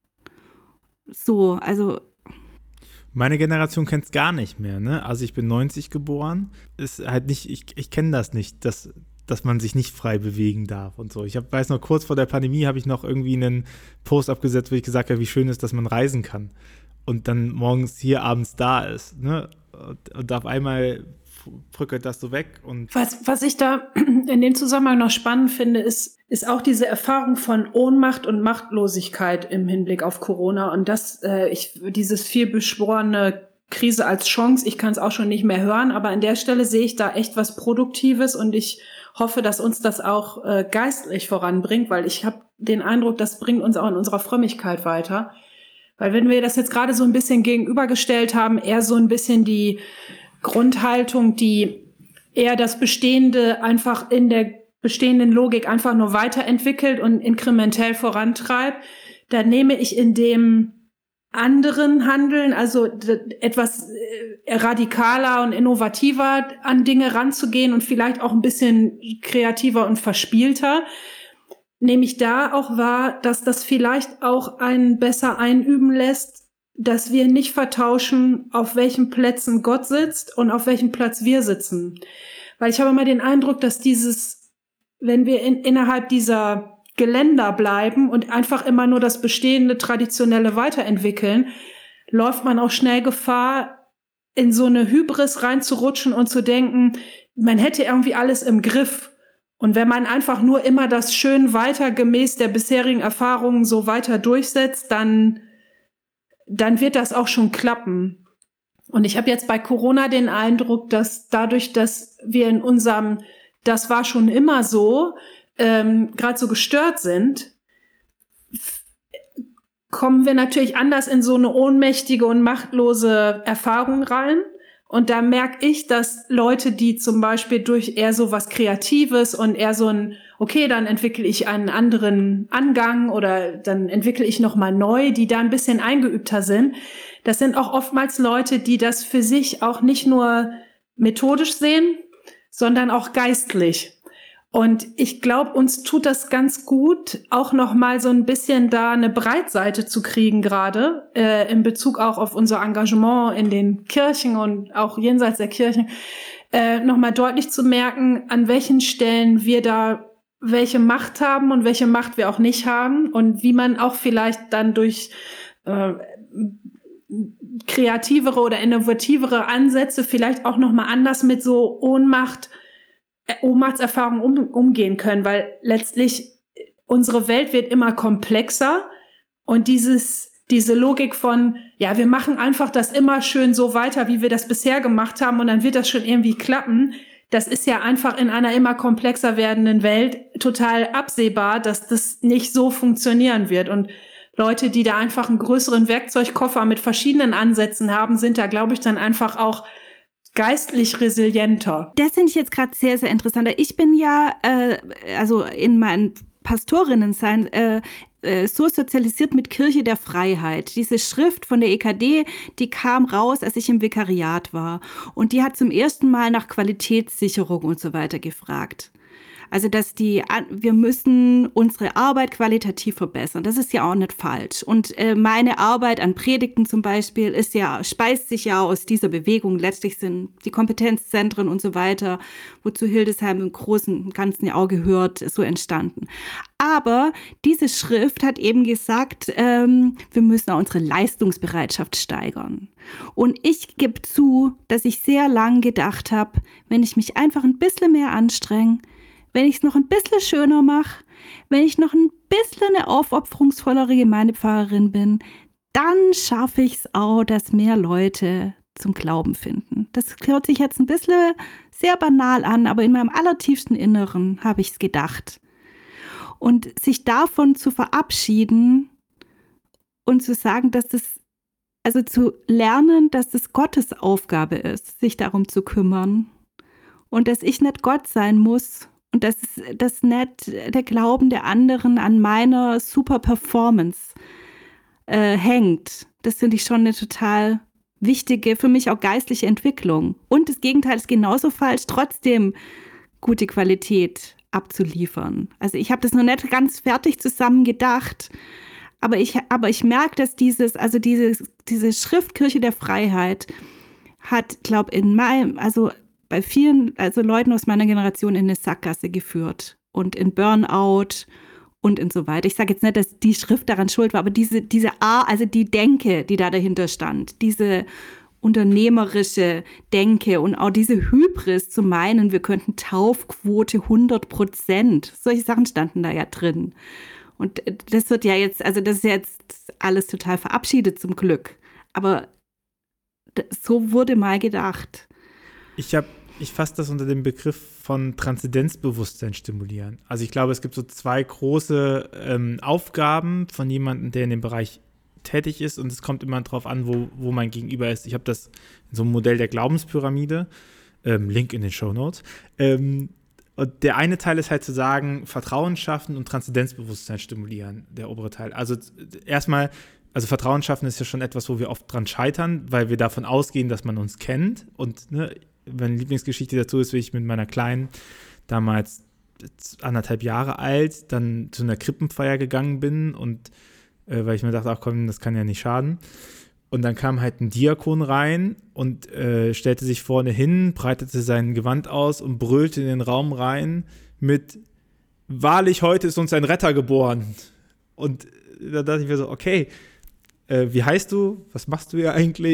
So, also meine Generation kennt es gar nicht mehr, ne? Also ich bin 90 geboren, ist halt nicht, ich kenne das nicht, dass man sich nicht frei bewegen darf und so. Weiß noch, kurz vor der Pandemie habe ich noch irgendwie einen Post abgesetzt, wo ich gesagt habe, wie schön ist, dass man reisen kann und dann morgens hier, abends da ist, ne? Und auf einmal bröckelt das so weg. Und was ich da in dem Zusammenhang noch spannend finde, ist auch diese Erfahrung von Ohnmacht und Machtlosigkeit im Hinblick auf Corona und dieses vielbeschworene Krise als Chance, ich kann es auch schon nicht mehr hören, aber an der Stelle sehe ich da echt was Produktives und ich hoffe, dass uns das auch geistlich voranbringt, weil ich habe den Eindruck, das bringt uns auch in unserer Frömmigkeit weiter. Weil wenn wir das jetzt gerade so ein bisschen gegenübergestellt haben, eher so ein bisschen die Grundhaltung, die eher das Bestehende einfach in der bestehenden Logik einfach nur weiterentwickelt und inkrementell vorantreibt, dann nehme ich in dem anderen Handeln, also etwas radikaler und innovativer an Dinge ranzugehen und vielleicht auch ein bisschen kreativer und verspielter, nehme ich da auch wahr, dass das vielleicht auch einen besser einüben lässt, dass wir nicht vertauschen, auf welchen Plätzen Gott sitzt und auf welchem Platz wir sitzen. Weil ich habe immer den Eindruck, dass wenn wir innerhalb dieser Geländer bleiben und einfach immer nur das bestehende Traditionelle weiterentwickeln, läuft man auch schnell Gefahr, in so eine Hybris reinzurutschen und zu denken, man hätte irgendwie alles im Griff Und wenn man einfach nur immer das schön weiter gemäß der bisherigen Erfahrungen so weiter durchsetzt, dann wird das auch schon klappen. Und ich habe jetzt bei Corona den Eindruck, dass dadurch, dass wir in unserem "Das war schon immer so" gerade so gestört sind, kommen wir natürlich anders in so eine ohnmächtige und machtlose Erfahrung rein. Und da merke ich, dass Leute, die zum Beispiel durch eher so was Kreatives und eher so okay, dann entwickle ich einen anderen Angang oder dann entwickle ich nochmal neu, die da ein bisschen eingeübter sind. Das sind auch oftmals Leute, die das für sich auch nicht nur methodisch sehen, sondern auch geistlich. Und ich glaube, uns tut das ganz gut, auch noch mal so ein bisschen da eine Breitseite zu kriegen gerade, in Bezug auch auf unser Engagement in den Kirchen und auch jenseits der Kirchen, noch mal deutlich zu merken, an welchen Stellen wir da welche Macht haben und welche Macht wir auch nicht haben und wie man auch vielleicht dann durch kreativere oder innovativere Ansätze vielleicht auch noch mal anders mit so Ohnmachtserfahrungen umgehen können, weil letztlich unsere Welt wird immer komplexer und diese Logik von, ja, wir machen einfach das immer schön so weiter, wie wir das bisher gemacht haben und dann wird das schon irgendwie klappen, das ist ja einfach in einer immer komplexer werdenden Welt total absehbar, dass das nicht so funktionieren wird. Und Leute, die da einfach einen größeren Werkzeugkoffer mit verschiedenen Ansätzen haben, sind da, glaube ich, dann einfach auch geistlich resilienter. Das finde ich jetzt gerade sehr, sehr interessant. Ich bin ja, also in meinem Pastorinnensein, so sozialisiert mit Kirche der Freiheit. Diese Schrift von der EKD, die kam raus, als ich im Vikariat war. Und die hat zum ersten Mal nach Qualitätssicherung und so weiter gefragt. Also, wir müssen unsere Arbeit qualitativ verbessern. Das ist ja auch nicht falsch. Und meine Arbeit an Predigten zum Beispiel speist sich ja aus dieser Bewegung. Letztlich sind die Kompetenzzentren und so weiter, wozu Hildesheim im Großen und Ganzen ja auch gehört, so entstanden. Aber diese Schrift hat eben gesagt, wir müssen auch unsere Leistungsbereitschaft steigern. Und ich gebe zu, dass ich sehr lang gedacht habe, wenn ich mich einfach ein bisschen mehr anstrenge, wenn ich es noch ein bisschen schöner mache, wenn ich noch ein bisschen eine aufopferungsvollere Gemeindepfarrerin bin, dann schaffe ich es auch, dass mehr Leute zum Glauben finden. Das hört sich jetzt ein bisschen sehr banal an, aber in meinem allertiefsten Inneren habe ich es gedacht. Und sich davon zu verabschieden und zu sagen, zu lernen, dass das Gottes Aufgabe ist, sich darum zu kümmern und dass ich nicht Gott sein muss, und dass nicht der Glauben der anderen an meiner super Performance hängt. Das finde ich schon eine total wichtige, für mich auch geistliche Entwicklung. Und das Gegenteil ist genauso falsch, trotzdem gute Qualität abzuliefern. Also ich habe das noch nicht ganz fertig zusammen gedacht, aber ich merke, dass diese Schrift Kirche der Freiheit hat, glaube ich, bei vielen, Leuten aus meiner Generation in eine Sackgasse geführt und in Burnout und in so weiter. Ich sage jetzt nicht, dass die Schrift daran schuld war, aber die Denke, die da dahinter stand, diese unternehmerische Denke und auch diese Hybris zu meinen, wir könnten Taufquote 100%. Solche Sachen standen da ja drin. Und das wird ja jetzt, das ist jetzt alles total verabschiedet zum Glück. Aber so wurde mal gedacht. Ich fasse das unter dem Begriff von Transzendenzbewusstsein stimulieren. Also ich glaube, es gibt so zwei große Aufgaben von jemandem, der in dem Bereich tätig ist und es kommt immer darauf an, wo mein Gegenüber ist. Ich habe das in so einem Modell der Glaubenspyramide, Link in den Shownotes. Und der eine Teil ist halt zu sagen, Vertrauen schaffen und Transzendenzbewusstsein stimulieren, der obere Teil. Also erstmal, Vertrauen schaffen ist ja schon etwas, wo wir oft dran scheitern, weil wir davon ausgehen, dass man uns kennt und meine Lieblingsgeschichte dazu ist, wie ich mit meiner Kleinen, damals 1,5 Jahre alt, dann zu einer Krippenfeier gegangen bin und weil ich mir dachte, ach komm, das kann ja nicht schaden. Und dann kam halt ein Diakon rein und stellte sich vorne hin, breitete sein Gewand aus und brüllte in den Raum rein mit "Wahrlich, heute ist uns ein Retter geboren." Und da dachte ich mir so, okay, wie heißt du? Was machst du hier eigentlich?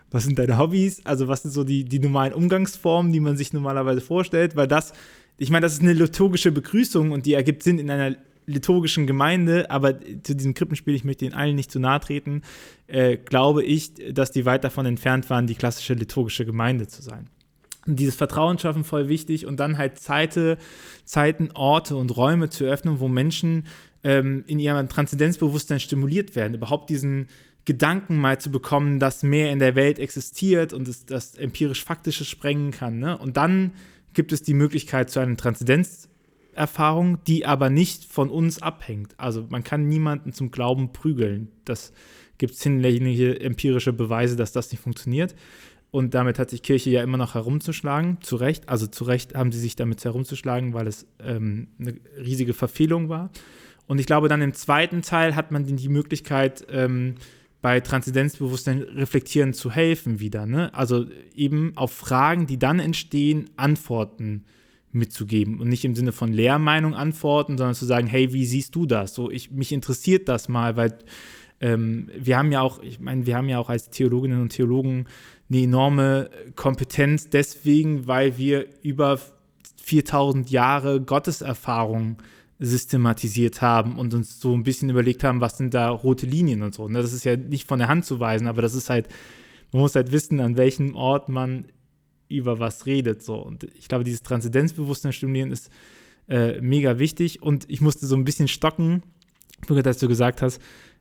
was sind deine Hobbys, also was sind so die normalen Umgangsformen, die man sich normalerweise vorstellt, weil ich meine, das ist eine liturgische Begrüßung und die ergibt Sinn in einer liturgischen Gemeinde, aber zu diesem Krippenspiel, ich möchte Ihnen allen nicht zu nahe treten, glaube ich, dass die weit davon entfernt waren, die klassische liturgische Gemeinde zu sein. Und dieses Vertrauen schaffen voll wichtig und dann halt Zeiten, Orte und Räume zu öffnen, wo Menschen in ihrem Transzendenzbewusstsein stimuliert werden, überhaupt diesen Gedanken mal zu bekommen, dass mehr in der Welt existiert und es das empirisch-faktische sprengen kann. Ne? Und dann gibt es die Möglichkeit zu einer Transzendenzerfahrung, die aber nicht von uns abhängt. Also man kann niemanden zum Glauben prügeln. Das gibt es hinlängliche empirische Beweise, dass das nicht funktioniert. Und damit hat sich Kirche ja immer noch herumzuschlagen, zu Recht. Also zu Recht haben sie sich damit herumzuschlagen, weil es eine riesige Verfehlung war. Und ich glaube, dann im zweiten Teil hat man die Möglichkeit, bei Transzendenzbewusstsein reflektieren zu helfen wieder. Ne? Also eben auf Fragen, die dann entstehen, Antworten mitzugeben. Und nicht im Sinne von Lehrmeinung antworten, sondern zu sagen, hey, wie siehst du das? So, mich interessiert das mal, weil wir haben ja auch als Theologinnen und Theologen eine enorme Kompetenz deswegen, weil wir über 4000 Jahre Gotteserfahrung systematisiert haben und uns so ein bisschen überlegt haben, was sind da rote Linien und so. Das ist ja nicht von der Hand zu weisen, aber das ist halt, man muss halt wissen, an welchem Ort man über was redet. So. Und ich glaube, dieses Transzendenzbewusstsein stimulieren ist mega wichtig und ich musste so ein bisschen stocken, als du gesagt hast,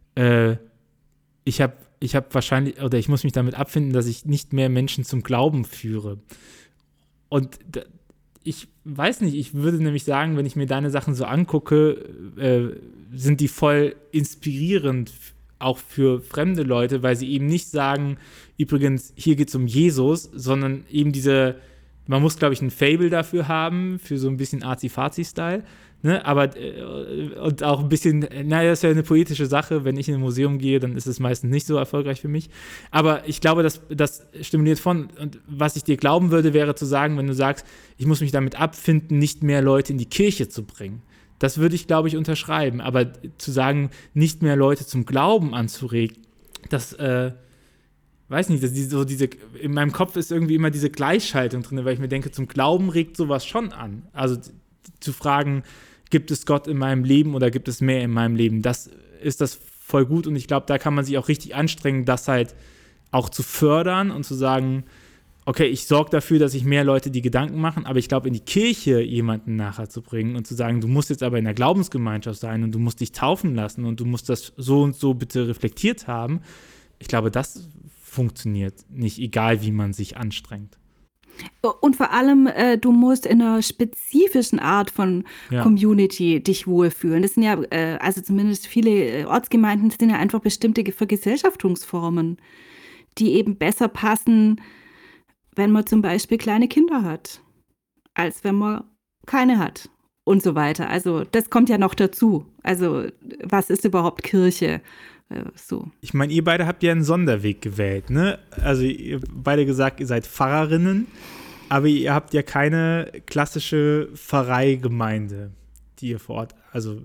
ich habe wahrscheinlich, oder ich muss mich damit abfinden, dass ich nicht mehr Menschen zum Glauben führe. Und ich weiß nicht, ich würde nämlich sagen, wenn ich mir deine Sachen so angucke, sind die voll inspirierend, auch für fremde Leute, weil sie eben nicht sagen, übrigens, hier geht es um Jesus, sondern eben man muss, glaube ich, ein Faible dafür haben, für so ein bisschen Arzi-Fazi-Style, ne? Aber und auch ein bisschen, naja, das ist ja eine poetische Sache, wenn ich in ein Museum gehe, dann ist es meistens nicht so erfolgreich für mich. Aber ich glaube, das stimuliert von, und was ich dir glauben würde, wäre zu sagen, wenn du sagst, ich muss mich damit abfinden, nicht mehr Leute in die Kirche zu bringen. Das würde ich, glaube ich, unterschreiben. Aber zu sagen, nicht mehr Leute zum Glauben anzuregen, das, weiß nicht, in meinem Kopf ist irgendwie immer diese Gleichschaltung drin, weil ich mir denke, zum Glauben regt sowas schon an. Also zu fragen, gibt es Gott in meinem Leben oder gibt es mehr in meinem Leben? Das ist das voll gut und ich glaube, da kann man sich auch richtig anstrengen, das halt auch zu fördern und zu sagen, okay, ich sorge dafür, dass sich mehr Leute die Gedanken machen, aber ich glaube, in die Kirche jemanden nachher zu bringen und zu sagen, du musst jetzt aber in der Glaubensgemeinschaft sein und du musst dich taufen lassen und du musst das so und so bitte reflektiert haben, ich glaube, das funktioniert nicht, egal wie man sich anstrengt. Und vor allem, du musst in einer spezifischen Art von Community dich wohlfühlen. Das sind ja, also zumindest viele Ortsgemeinden sind ja einfach bestimmte Vergesellschaftungsformen, die eben besser passen, wenn man zum Beispiel kleine Kinder hat, als wenn man keine hat und so weiter. Also das kommt ja noch dazu. Also was ist überhaupt Kirche? So. Ich meine, ihr beide habt ja einen Sonderweg gewählt, ne? Also ihr beide gesagt, ihr seid Pfarrerinnen, aber ihr habt ja keine klassische Pfarreigemeinde, die ihr vor Ort, also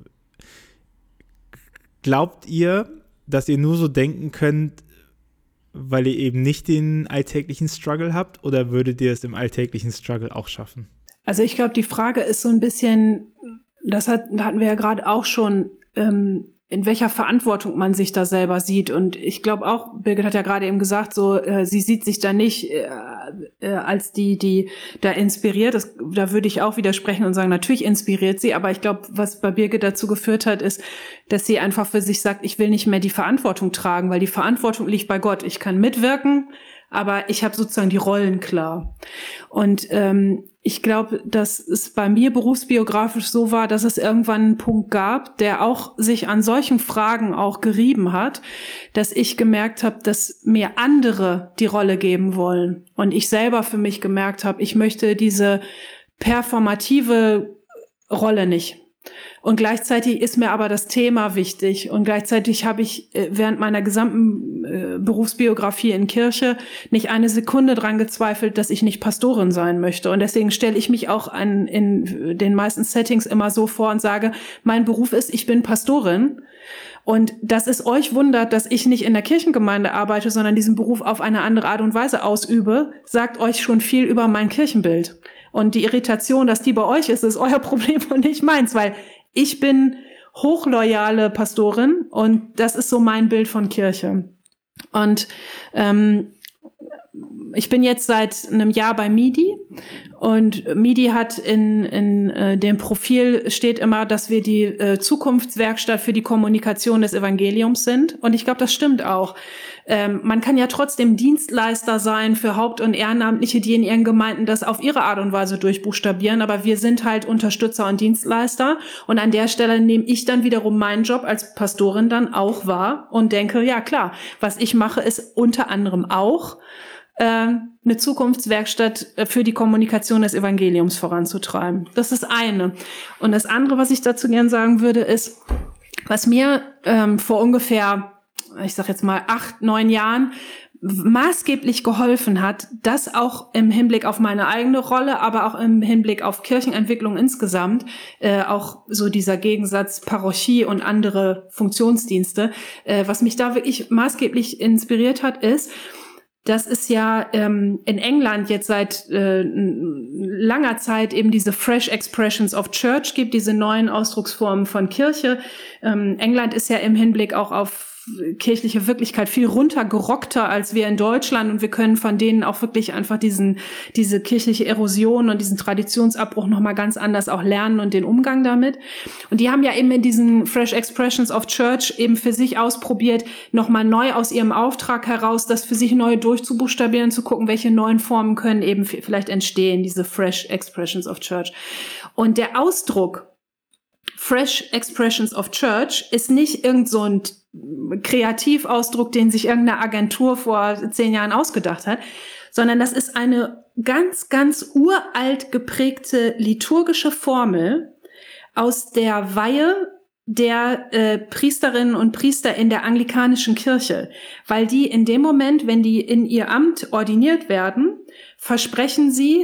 glaubt ihr, dass ihr nur so denken könnt, weil ihr eben nicht den alltäglichen Struggle habt, oder würdet ihr es im alltäglichen Struggle auch schaffen? Also ich glaube, die Frage ist so ein bisschen, da hatten wir ja gerade auch schon, in welcher Verantwortung man sich da selber sieht. Und ich glaube auch, Birgit hat ja gerade eben gesagt, so sie sieht sich da nicht als die da inspiriert. Da würde ich auch widersprechen und sagen, natürlich inspiriert sie. Aber ich glaube, was bei Birgit dazu geführt hat, ist, dass sie einfach für sich sagt, ich will nicht mehr die Verantwortung tragen, weil die Verantwortung liegt bei Gott. Ich kann mitwirken, aber ich habe sozusagen die Rollen klar. Und ich glaube, dass es bei mir berufsbiografisch so war, dass es irgendwann einen Punkt gab, der auch sich an solchen Fragen auch gerieben hat, dass ich gemerkt habe, dass mir andere die Rolle geben wollen. Und ich selber für mich gemerkt habe, ich möchte diese performative Rolle nicht. Und gleichzeitig ist mir aber das Thema wichtig. Und gleichzeitig habe ich während meiner gesamten Berufsbiografie in Kirche nicht eine Sekunde dran gezweifelt, dass ich nicht Pastorin sein möchte. Und deswegen stelle ich mich auch in den meisten Settings immer so vor und sage, mein Beruf ist, ich bin Pastorin. Und dass es euch wundert, dass ich nicht in der Kirchengemeinde arbeite, sondern diesen Beruf auf eine andere Art und Weise ausübe, sagt euch schon viel über mein Kirchenbild. Und die Irritation, dass die bei euch ist euer Problem und nicht meins, weil ich bin hochloyale Pastorin und das ist so mein Bild von Kirche. Und ich bin jetzt seit einem Jahr bei MIDI und MIDI hat in dem Profil steht immer, dass wir die Zukunftswerkstatt für die Kommunikation des Evangeliums sind. Und ich glaube, das stimmt auch. Man kann ja trotzdem Dienstleister sein für Haupt- und Ehrenamtliche, die in ihren Gemeinden das auf ihre Art und Weise durchbuchstabieren. Aber wir sind halt Unterstützer und Dienstleister. Und an der Stelle nehme ich dann wiederum meinen Job als Pastorin dann auch wahr und denke, ja klar, was ich mache, ist unter anderem auch eine Zukunftswerkstatt für die Kommunikation des Evangeliums voranzutreiben. Das ist eine. Und das andere, was ich dazu gern sagen würde, ist, was mir vor ungefähr, ich sag jetzt mal 8, 9 Jahren maßgeblich geholfen hat, das auch im Hinblick auf meine eigene Rolle, aber auch im Hinblick auf Kirchenentwicklung insgesamt, auch so dieser Gegensatz Parochie und andere Funktionsdienste, was mich da wirklich maßgeblich inspiriert hat, ist, dass es ja in England jetzt seit langer Zeit eben diese Fresh Expressions of Church gibt, diese neuen Ausdrucksformen von Kirche. England ist ja im Hinblick auch auf kirchliche Wirklichkeit viel runtergerockter als wir in Deutschland und wir können von denen auch wirklich einfach diese kirchliche Erosion und diesen Traditionsabbruch nochmal ganz anders auch lernen und den Umgang damit. Und die haben ja eben in diesen Fresh Expressions of Church eben für sich ausprobiert, nochmal neu aus ihrem Auftrag heraus, das für sich neu durchzubuchstabieren, zu gucken, welche neuen Formen können eben vielleicht entstehen, diese Fresh Expressions of Church. Und der Ausdruck Fresh Expressions of Church ist nicht irgend so ein Kreativausdruck, den sich irgendeine Agentur vor 10 Jahren ausgedacht hat, sondern das ist eine ganz, ganz uralt geprägte liturgische Formel aus der Weihe der Priesterinnen und Priester in der anglikanischen Kirche, weil die in dem Moment, wenn die in ihr Amt ordiniert werden, versprechen sie,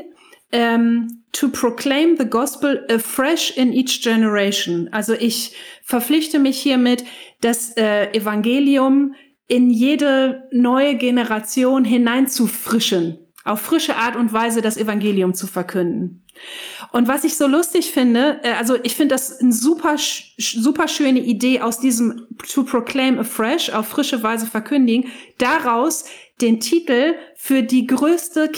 to proclaim the gospel afresh in each generation. Also ich verpflichte mich hiermit, das Evangelium in jede neue Generation hineinzufrischen, auf frische Art und Weise das Evangelium zu verkünden. Und was ich so lustig finde, also ich finde das eine super schöne Idee aus diesem to proclaim afresh, auf frische Weise verkündigen, daraus den Titel für die größte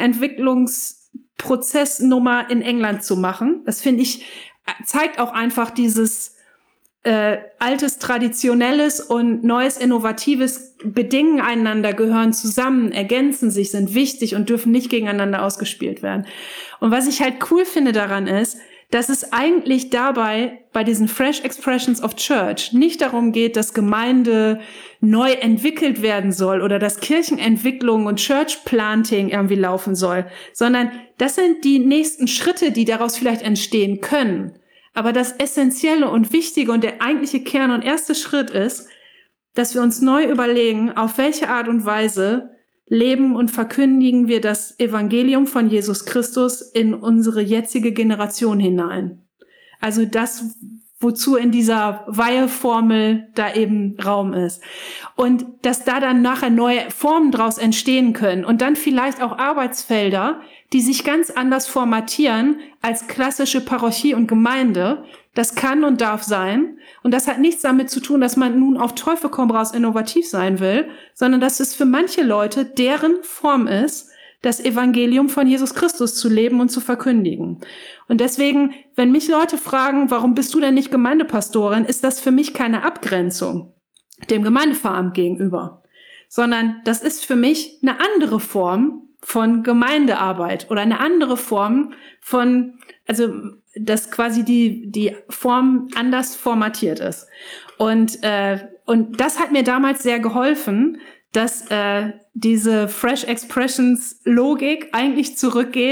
Kirchenentwicklungsprozessnummer in England zu machen. Das finde ich, zeigt auch einfach dieses altes, traditionelles und neues, innovatives Bedingen einander, gehören zusammen, ergänzen sich, sind wichtig und dürfen nicht gegeneinander ausgespielt werden. Und was ich halt cool finde daran ist, dass es eigentlich dabei bei diesen Fresh Expressions of Church nicht darum geht, dass Gemeinde neu entwickelt werden soll oder dass Kirchenentwicklung und Church Planting irgendwie laufen soll, sondern das sind die nächsten Schritte, die daraus vielleicht entstehen können. Aber das Essentielle und Wichtige und der eigentliche Kern und erste Schritt ist, dass wir uns neu überlegen, auf welche Art und Weise leben und verkündigen wir das Evangelium von Jesus Christus in unsere jetzige Generation hinein. Also das, wozu in dieser Weiheformel da eben Raum ist. Und dass da dann nachher neue Formen draus entstehen können und dann vielleicht auch Arbeitsfelder, die sich ganz anders formatieren als klassische Parochie und Gemeinde. Das kann und darf sein. Und das hat nichts damit zu tun, dass man nun auf Teufel komm raus innovativ sein will, sondern dass es für manche Leute deren Form ist, das Evangelium von Jesus Christus zu leben und zu verkündigen. Und deswegen, wenn mich Leute fragen, warum bist du denn nicht Gemeindepastorin, ist das für mich keine Abgrenzung dem Gemeindeveramt gegenüber, sondern das ist für mich eine andere Form von Gemeindearbeit oder eine andere Form von, also dass quasi die Form anders formatiert ist. Und das hat mir damals sehr geholfen, dass diese Fresh Expressions Logik eigentlich zurückgeht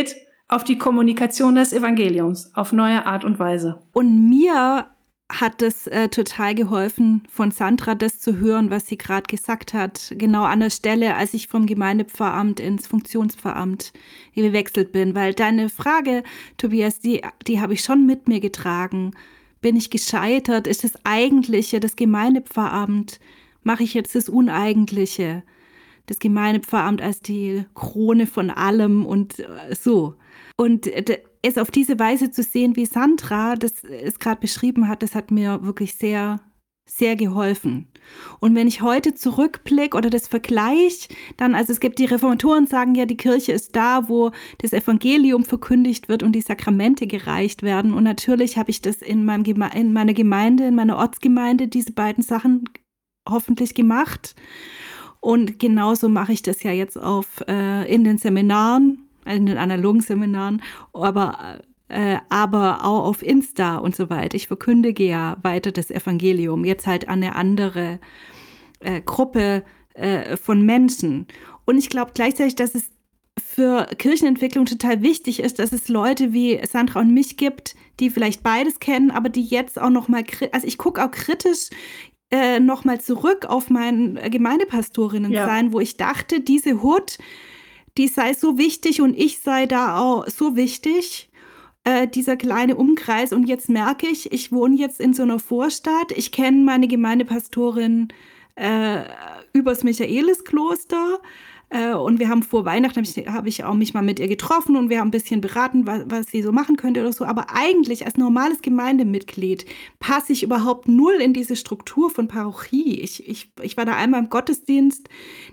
auf die Kommunikation des Evangeliums, auf neue Art und Weise. Und mir hat es total geholfen, von Sandra das zu hören, was sie gerade gesagt hat. Genau an der Stelle, als ich vom Gemeindepfarramt ins Funktionspfarramt gewechselt bin. Weil deine Frage, Tobias, die habe ich schon mit mir getragen. Bin ich gescheitert? Ist das Eigentliche, das Gemeindepfarramt? Mache ich jetzt das Uneigentliche? Das Gemeindepfarramt als die Krone von allem und so. Und es auf diese Weise zu sehen, wie Sandra das es gerade beschrieben hat, das hat mir wirklich sehr, sehr geholfen. Und wenn ich heute zurückblicke oder das vergleiche, dann, also es gibt die Reformatoren, sagen ja, die Kirche ist da, wo das Evangelium verkündigt wird und die Sakramente gereicht werden. Und natürlich habe ich das in meiner Gemeinde, in meiner Ortsgemeinde, diese beiden Sachen hoffentlich gemacht. Und genauso mache ich das ja jetzt in den Seminaren, in den analogen Seminaren, aber auch auf Insta und so weiter. Ich verkündige ja weiter das Evangelium, jetzt halt an eine andere Gruppe von Menschen. Und ich glaube gleichzeitig, dass es für Kirchenentwicklung total wichtig ist, dass es Leute wie Sandra und mich gibt, die vielleicht beides kennen, aber die jetzt auch nochmal, also ich gucke auch kritisch nochmal zurück auf mein Gemeindepastorinnen-Sein, wo ich dachte, diese Hut, die sei so wichtig und ich sei da auch so wichtig, dieser kleine Umkreis. Und jetzt merke ich wohne jetzt in so einer Vorstadt. Ich kenne meine Gemeindepastorin übers Michaeliskloster. Und wir haben vor Weihnachten, habe ich auch mich mal mit ihr getroffen und wir haben ein bisschen beraten, was sie so machen könnte oder so. Aber eigentlich als normales Gemeindemitglied passe ich überhaupt null in diese Struktur von Parochie. Ich war da einmal im Gottesdienst,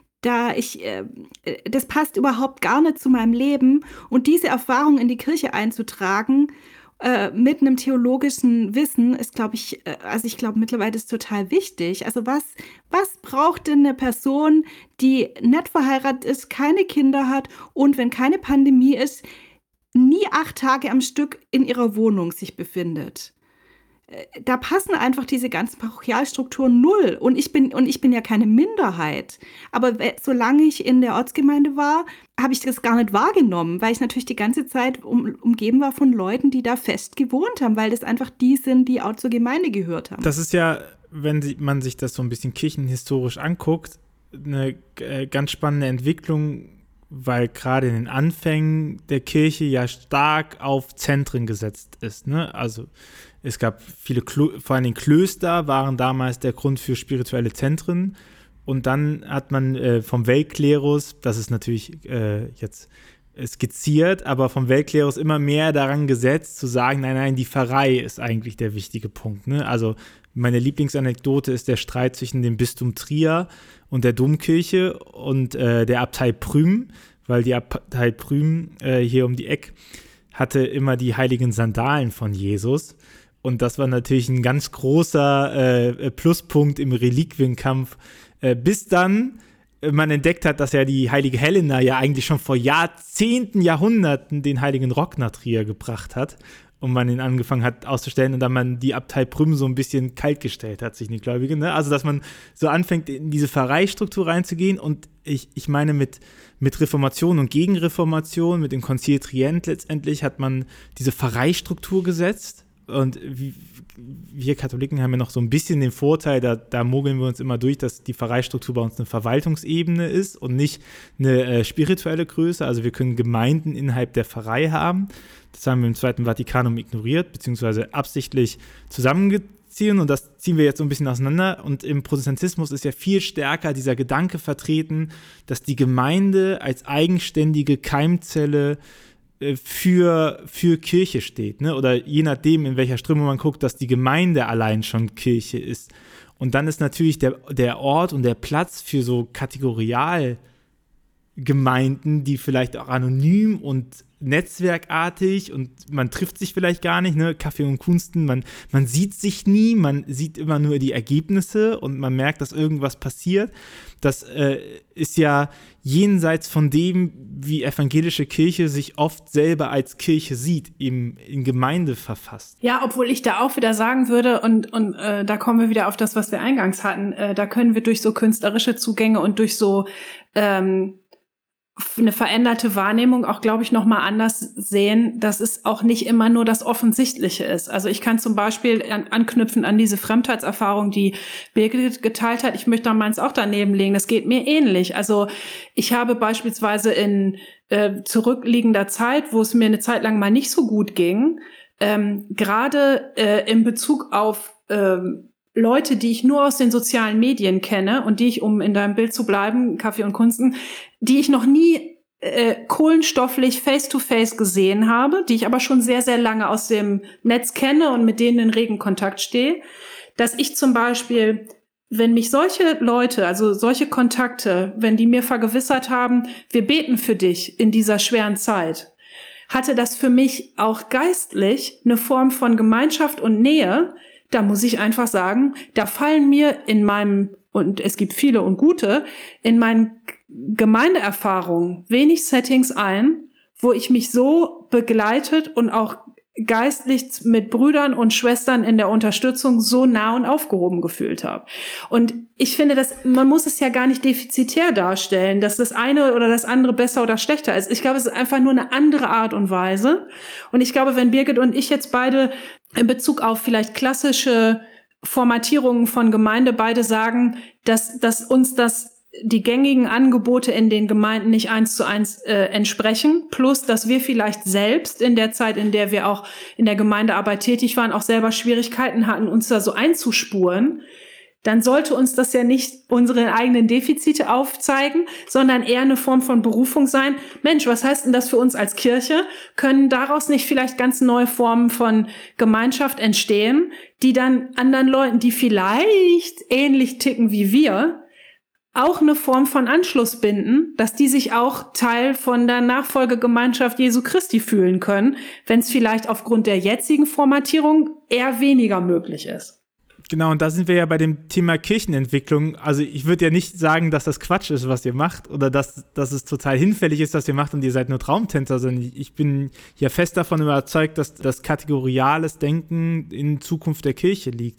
das passt überhaupt gar nicht zu meinem Leben. Und diese Erfahrung in die Kirche einzutragen, mit einem theologischen Wissen ist, glaube ich, ich glaube mittlerweile ist total wichtig. Also was braucht denn eine Person, die nicht verheiratet ist, keine Kinder hat und wenn keine Pandemie ist, nie 8 Tage am Stück in ihrer Wohnung sich befindet? Da passen einfach diese ganzen Parochialstrukturen null. Und ich bin ja keine Minderheit. Aber solange ich in der Ortsgemeinde war, habe ich das gar nicht wahrgenommen, weil ich natürlich die ganze Zeit umgeben war von Leuten, die da fest gewohnt haben, weil das einfach die sind, die auch zur Gemeinde gehört haben. Das ist ja, wenn man sich das so ein bisschen kirchenhistorisch anguckt, eine ganz spannende Entwicklung, weil gerade in den Anfängen der Kirche ja stark auf Zentren gesetzt ist, ne? Also es gab viele, vor allem Klöster waren damals der Grund für spirituelle Zentren. Und dann hat man vom Weltklerus, das ist natürlich jetzt skizziert, aber vom Weltklerus immer mehr daran gesetzt, zu sagen, nein, die Pfarrei ist eigentlich der wichtige Punkt. Ne? Also meine Lieblingsanekdote ist der Streit zwischen dem Bistum Trier und der Domkirche und der Abtei Prüm, weil die Abtei Prüm hier um die Ecke hatte immer die heiligen Sandalen von Jesus. Und das war natürlich ein ganz großer Pluspunkt im Reliquienkampf, bis dann man entdeckt hat, dass ja die heilige Helena ja eigentlich schon vor Jahrzehnten, Jahrhunderten den heiligen Rock nach Trier gebracht hat und man ihn angefangen hat auszustellen und dann man die Abtei Prüm so ein bisschen kalt gestellt hat, sich die Gläubigen. Ne? Also, dass man so anfängt, in diese Pfarreistruktur reinzugehen und ich meine mit Reformation und Gegenreformation, mit dem Konzil Trient letztendlich hat man diese Pfarreistruktur gesetzt. Und wir Katholiken haben ja noch so ein bisschen den Vorteil, da mogeln wir uns immer durch, dass die Pfarreistruktur bei uns eine Verwaltungsebene ist und nicht eine spirituelle Größe. Also wir können Gemeinden innerhalb der Pfarrei haben. Das haben wir im Zweiten Vatikanum ignoriert, beziehungsweise absichtlich zusammengezogen und das ziehen wir jetzt so ein bisschen auseinander. Und im Protestantismus ist ja viel stärker dieser Gedanke vertreten, dass die Gemeinde als eigenständige Keimzelle für Kirche steht, ne? Oder je nachdem, in welcher Strömung man guckt, dass die Gemeinde allein schon Kirche ist. Und dann ist natürlich der Ort und der Platz für so Kategorialgemeinden, die vielleicht auch anonym und netzwerkartig und man trifft sich vielleicht gar nicht, ne? Kaffee und Kunsten, man sieht sich nie, man sieht immer nur die Ergebnisse und man merkt, dass irgendwas passiert. Das ist ja jenseits von dem, wie evangelische Kirche sich oft selber als Kirche sieht, eben in Gemeinde verfasst. Ja, obwohl ich da auch wieder sagen würde, und da kommen wir wieder auf das, was wir eingangs hatten, da können wir durch so künstlerische Zugänge und durch so eine veränderte Wahrnehmung auch, glaube ich, nochmal anders sehen, dass es auch nicht immer nur das Offensichtliche ist. Also ich kann zum Beispiel anknüpfen an diese Fremdheitserfahrung, die Birgit geteilt hat. Ich möchte da meins auch daneben legen. Das geht mir ähnlich. Also ich habe beispielsweise in zurückliegender Zeit, wo es mir eine Zeit lang mal nicht so gut ging, gerade in Bezug auf Leute, die ich nur aus den sozialen Medien kenne und die ich, um in deinem Bild zu bleiben, Kaffee und Kunsten, die ich noch nie kohlenstofflich face-to-face gesehen habe, die ich aber schon sehr, sehr lange aus dem Netz kenne und mit denen in regen Kontakt stehe, dass ich zum Beispiel, wenn mich solche Leute, also solche Kontakte, wenn die mir vergewissert haben, wir beten für dich in dieser schweren Zeit, hatte das für mich auch geistlich eine Form von Gemeinschaft und Nähe. Da muss ich einfach sagen, da fallen mir in meinem, und es gibt viele und gute, in meinen Gemeindeerfahrungen wenig Settings ein, wo ich mich so begleitet und auch geistlich mit Brüdern und Schwestern in der Unterstützung so nah und aufgehoben gefühlt habe. Und ich finde, man muss es ja gar nicht defizitär darstellen, dass das eine oder das andere besser oder schlechter ist. Ich glaube, es ist einfach nur eine andere Art und Weise. Und ich glaube, wenn Birgit und ich jetzt beide in Bezug auf vielleicht klassische Formatierungen von Gemeinde beide sagen, dass uns die gängigen Angebote in den Gemeinden nicht 1:1 entsprechen, plus dass wir vielleicht selbst in der Zeit, in der wir auch in der Gemeindearbeit tätig waren, auch selber Schwierigkeiten hatten, uns da so einzuspuren, dann sollte uns das ja nicht unsere eigenen Defizite aufzeigen, sondern eher eine Form von Berufung sein. Mensch, was heißt denn das für uns als Kirche? Können daraus nicht vielleicht ganz neue Formen von Gemeinschaft entstehen, die dann anderen Leuten, die vielleicht ähnlich ticken wie wir, auch eine Form von Anschluss binden, dass die sich auch Teil von der Nachfolgegemeinschaft Jesu Christi fühlen können, wenn es vielleicht aufgrund der jetzigen Formatierung eher weniger möglich ist. Genau, und da sind wir ja bei dem Thema Kirchenentwicklung. Also ich würde ja nicht sagen, dass das Quatsch ist, was ihr macht, oder dass es total hinfällig ist, was ihr macht und ihr seid nur Traumtänzer, sondern ich bin ja fest davon überzeugt, dass das kategoriales Denken in Zukunft der Kirche liegt,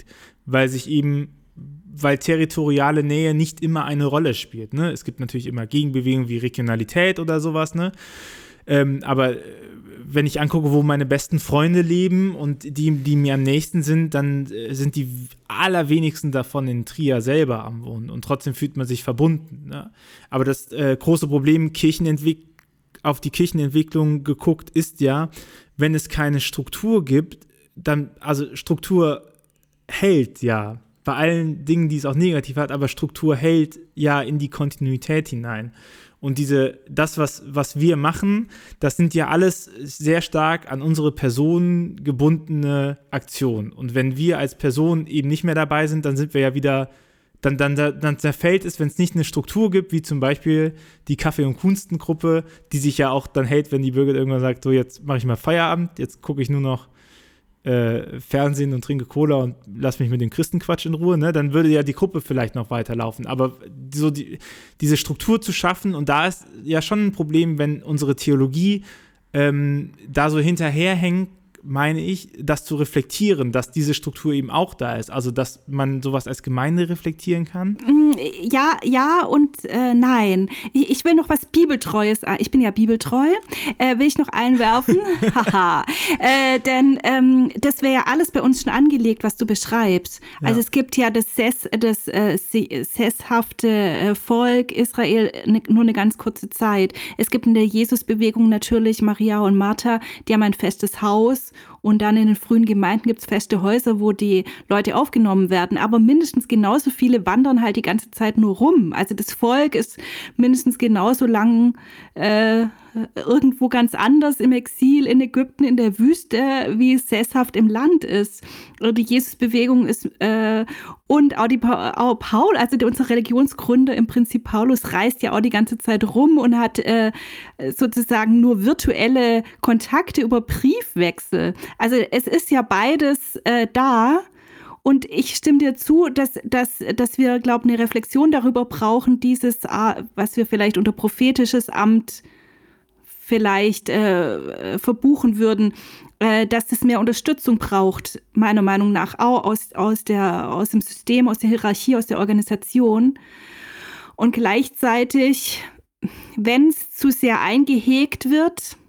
weil territoriale Nähe nicht immer eine Rolle spielt. Ne? Es gibt natürlich immer Gegenbewegungen wie Regionalität oder sowas, ne? Aber wenn ich angucke, wo meine besten Freunde leben und die mir am nächsten sind, dann sind die allerwenigsten davon in Trier selber am Wohnen und trotzdem fühlt man sich verbunden. Ne? Aber das große Problem auf die Kirchenentwicklung geguckt ist ja, wenn es keine Struktur gibt, also Struktur hält ja, bei allen Dingen, die es auch negativ hat, aber Struktur hält ja in die Kontinuität hinein. Und das, was wir machen, das sind ja alles sehr stark an unsere Person gebundene Aktionen. Und wenn wir als Person eben nicht mehr dabei sind, dann sind wir ja wieder, dann zerfällt es, wenn es nicht eine Struktur gibt, wie zum Beispiel die Kaffee- und Kunstengruppe, die sich ja auch dann hält, wenn die Birgit irgendwann sagt, so jetzt mache ich mal Feierabend, jetzt gucke ich nur noch Fernsehen und trinke Cola und lass mich mit dem Christenquatsch in Ruhe, ne? Dann würde ja die Gruppe vielleicht noch weiterlaufen. Aber so diese Struktur zu schaffen, und da ist ja schon ein Problem, wenn unsere Theologie da so hinterherhängt, meine ich, das zu reflektieren, dass diese Struktur eben auch da ist. Also, dass man sowas als Gemeinde reflektieren kann? Ja und nein. Ich will noch was Bibeltreues, ich bin ja bibeltreu, will ich noch einwerfen. Haha. Denn das wäre ja alles bei uns schon angelegt, was du beschreibst. Ja. Also es gibt ja das sesshafte Volk Israel nur eine ganz kurze Zeit. Es gibt in der Jesusbewegung natürlich Maria und Martha, die haben ein festes Haus. Und dann in den frühen Gemeinden gibt es feste Häuser, wo die Leute aufgenommen werden. Aber mindestens genauso viele wandern halt die ganze Zeit nur rum. Also das Volk ist mindestens genauso lang irgendwo ganz anders im Exil in Ägypten, in der Wüste, wie es sesshaft im Land ist. Die Jesusbewegung ist und auch Paul, also unser Religionsgründer im Prinzip Paulus, reist ja auch die ganze Zeit rum und hat sozusagen nur virtuelle Kontakte über Briefwechsel. Also es ist ja beides da. Und ich stimme dir zu, dass wir, glaube ich, eine Reflexion darüber brauchen, dieses, was wir vielleicht unter prophetisches Amt vielleicht verbuchen würden, dass es mehr Unterstützung braucht, meiner Meinung nach, auch aus dem System, aus der Hierarchie, aus der Organisation. Und gleichzeitig wenn es zu sehr eingehegt wird,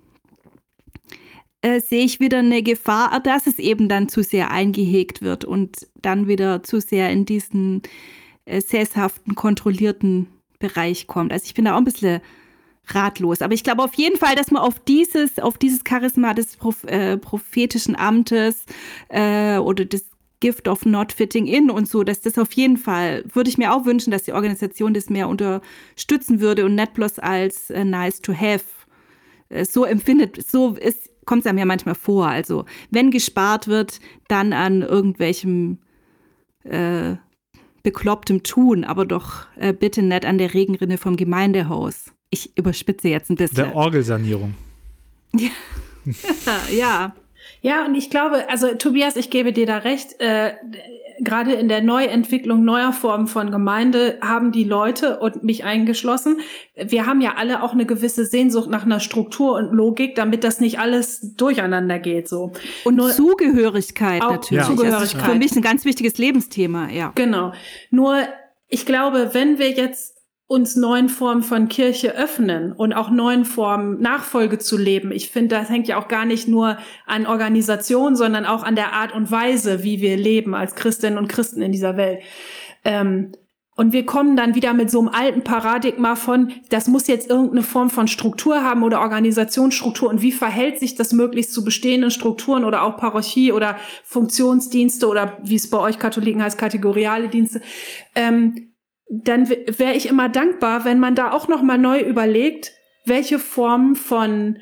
sehe ich wieder eine Gefahr, dass es eben dann zu sehr eingehegt wird und dann wieder zu sehr in diesen sesshaften, kontrollierten Bereich kommt. Also ich bin da auch ein bisschen ratlos. Aber ich glaube auf jeden Fall, dass man auf dieses Charisma des prophetischen Amtes oder des Gift of Not Fitting In und so, dass das auf jeden Fall, würde ich mir auch wünschen, dass die Organisation das mehr unterstützen würde und nicht bloß als nice to have so empfindet. So kommt es einem ja manchmal vor. Also wenn gespart wird, dann an irgendwelchem beklopptem Tun, aber doch bitte nicht an der Regenrinne vom Gemeindehaus. Ich überspitze jetzt ein bisschen. Der Orgelsanierung. Ja. Ja. Ja, und ich glaube, also Tobias, ich gebe dir da recht, gerade in der Neuentwicklung neuer Formen von Gemeinde haben die Leute und mich eingeschlossen, wir haben ja alle auch eine gewisse Sehnsucht nach einer Struktur und Logik, damit das nicht alles durcheinander geht. So. Und nur Zugehörigkeit natürlich. Ja. Zugehörigkeit. Das ist für mich ein ganz wichtiges Lebensthema, ja. Genau. Nur, ich glaube, wenn wir jetzt uns neuen Formen von Kirche öffnen und auch neuen Formen Nachfolge zu leben. Ich finde, das hängt ja auch gar nicht nur an Organisation, sondern auch an der Art und Weise, wie wir leben als Christinnen und Christen in dieser Welt. Und wir kommen dann wieder mit so einem alten Paradigma von, das muss jetzt irgendeine Form von Struktur haben oder Organisationsstruktur und wie verhält sich das möglichst zu bestehenden Strukturen oder auch Parochie oder Funktionsdienste oder wie es bei euch Katholiken heißt, kategoriale Dienste. Dann wäre ich immer dankbar, wenn man da auch noch mal neu überlegt, welche Formen von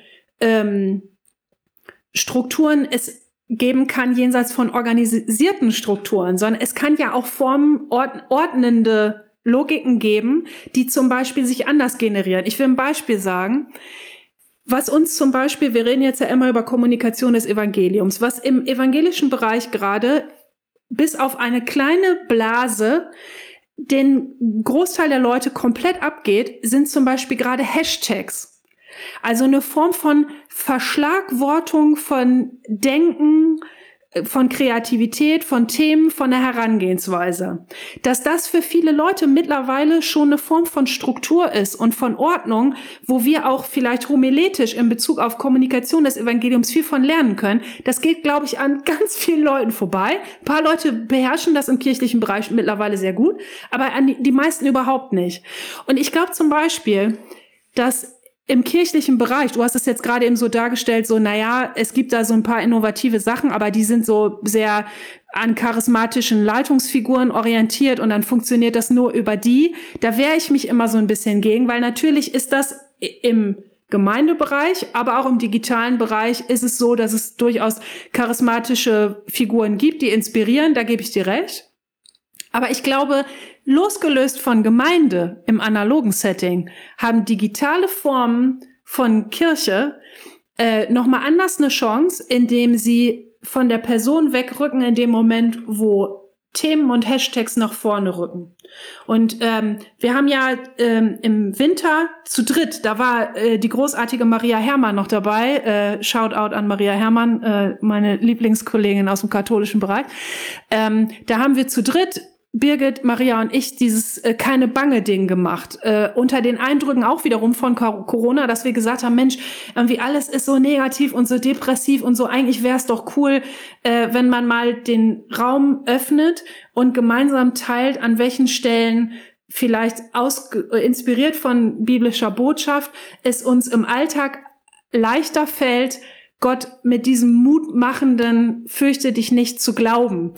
Strukturen es geben kann, jenseits von organisierten Strukturen, sondern es kann ja auch Formen, ordnende Logiken geben, die zum Beispiel sich anders generieren. Ich will ein Beispiel sagen. Was uns zum Beispiel, wir reden jetzt ja immer über Kommunikation des Evangeliums, was im evangelischen Bereich gerade bis auf eine kleine Blase den Großteil der Leute komplett abgeht, sind zum Beispiel gerade Hashtags. Also eine Form von Verschlagwortung von Denken, von Kreativität, von Themen, von der Herangehensweise. Dass das für viele Leute mittlerweile schon eine Form von Struktur ist und von Ordnung, wo wir auch vielleicht homiletisch in Bezug auf Kommunikation des Evangeliums viel von lernen können, das geht, glaube ich, an ganz vielen Leuten vorbei. Ein paar Leute beherrschen das im kirchlichen Bereich mittlerweile sehr gut, aber an die meisten überhaupt nicht. Und ich glaube zum Beispiel, dass im kirchlichen Bereich, du hast es jetzt gerade eben so dargestellt, so, naja, es gibt da so ein paar innovative Sachen, aber die sind so sehr an charismatischen Leitungsfiguren orientiert und dann funktioniert das nur über die. Da wehre ich mich immer so ein bisschen gegen, weil natürlich ist das im Gemeindebereich, aber auch im digitalen Bereich ist es so, dass es durchaus charismatische Figuren gibt, die inspirieren, da gebe ich dir recht. Aber ich glaube, losgelöst von Gemeinde im analogen Setting haben digitale Formen von Kirche nochmal anders eine Chance, indem sie von der Person wegrücken in dem Moment, wo Themen und Hashtags nach vorne rücken. Und wir haben ja im Winter zu dritt, da war die großartige Maria Herrmann noch dabei, Shoutout an Maria Herrmann, meine Lieblingskollegin aus dem katholischen Bereich. Da haben wir zu dritt, Birgit, Maria und ich, dieses keine bange Ding gemacht. Unter den Eindrücken auch wiederum von Corona, dass wir gesagt haben, Mensch, irgendwie alles ist so negativ und so depressiv und so. Eigentlich wäre es doch cool, wenn man mal den Raum öffnet und gemeinsam teilt, an welchen Stellen vielleicht inspiriert von biblischer Botschaft es uns im Alltag leichter fällt, Gott mit diesem mutmachenden Fürchte dich nicht zu glauben.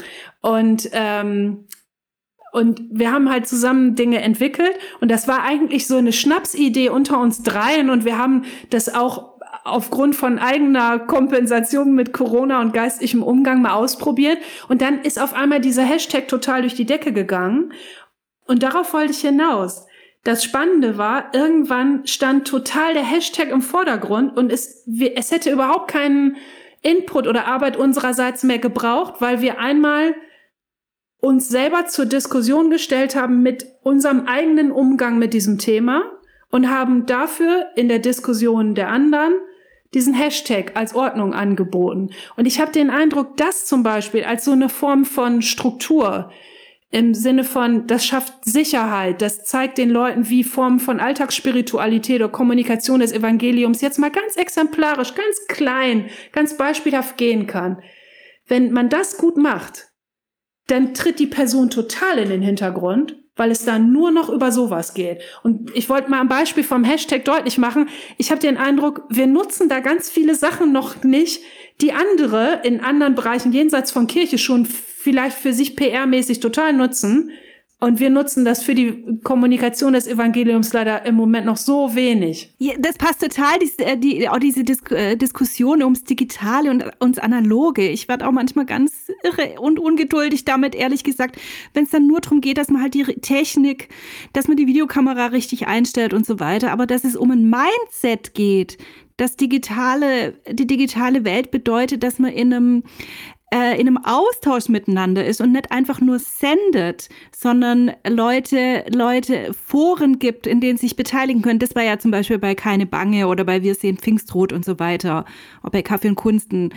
Und wir haben halt zusammen Dinge entwickelt und das war eigentlich so eine Schnapsidee unter uns dreien und wir haben das auch aufgrund von eigener Kompensation mit Corona und geistigem Umgang mal ausprobiert und dann ist auf einmal dieser Hashtag total durch die Decke gegangen und darauf wollte ich hinaus. Das Spannende war, irgendwann stand total der Hashtag im Vordergrund und es hätte überhaupt keinen Input oder Arbeit unsererseits mehr gebraucht, weil wir einmal uns selber zur Diskussion gestellt haben mit unserem eigenen Umgang mit diesem Thema und haben dafür in der Diskussion der anderen diesen Hashtag als Ordnung angeboten. Und ich habe den Eindruck, das zum Beispiel als so eine Form von Struktur im Sinne von, das schafft Sicherheit, das zeigt den Leuten, wie Formen von Alltagsspiritualität oder Kommunikation des Evangeliums jetzt mal ganz exemplarisch, ganz klein, ganz beispielhaft gehen kann. Wenn man das gut macht, dann tritt die Person total in den Hintergrund, weil es dann nur noch über sowas geht. Und ich wollte mal am Beispiel vom Hashtag deutlich machen, ich habe den Eindruck, wir nutzen da ganz viele Sachen noch nicht, die andere in anderen Bereichen jenseits von Kirche schon vielleicht für sich PR-mäßig total nutzen. Und wir nutzen das für die Kommunikation des Evangeliums leider im Moment noch so wenig. Ja, das passt total, auch diese Diskussion ums Digitale und ums Analoge. Ich werde auch manchmal ganz irre und ungeduldig damit, ehrlich gesagt, wenn es dann nur darum geht, dass man halt die Technik, dass man die Videokamera richtig einstellt und so weiter. Aber dass es um ein Mindset geht, dass die digitale Welt bedeutet, dass man in einem Austausch miteinander ist und nicht einfach nur sendet, sondern Leute Foren gibt, in denen sich beteiligen können. Das war ja zum Beispiel bei Keine Bange oder bei Wir sehen Pfingstrot und so weiter, oder bei Kaffee und Kunsten.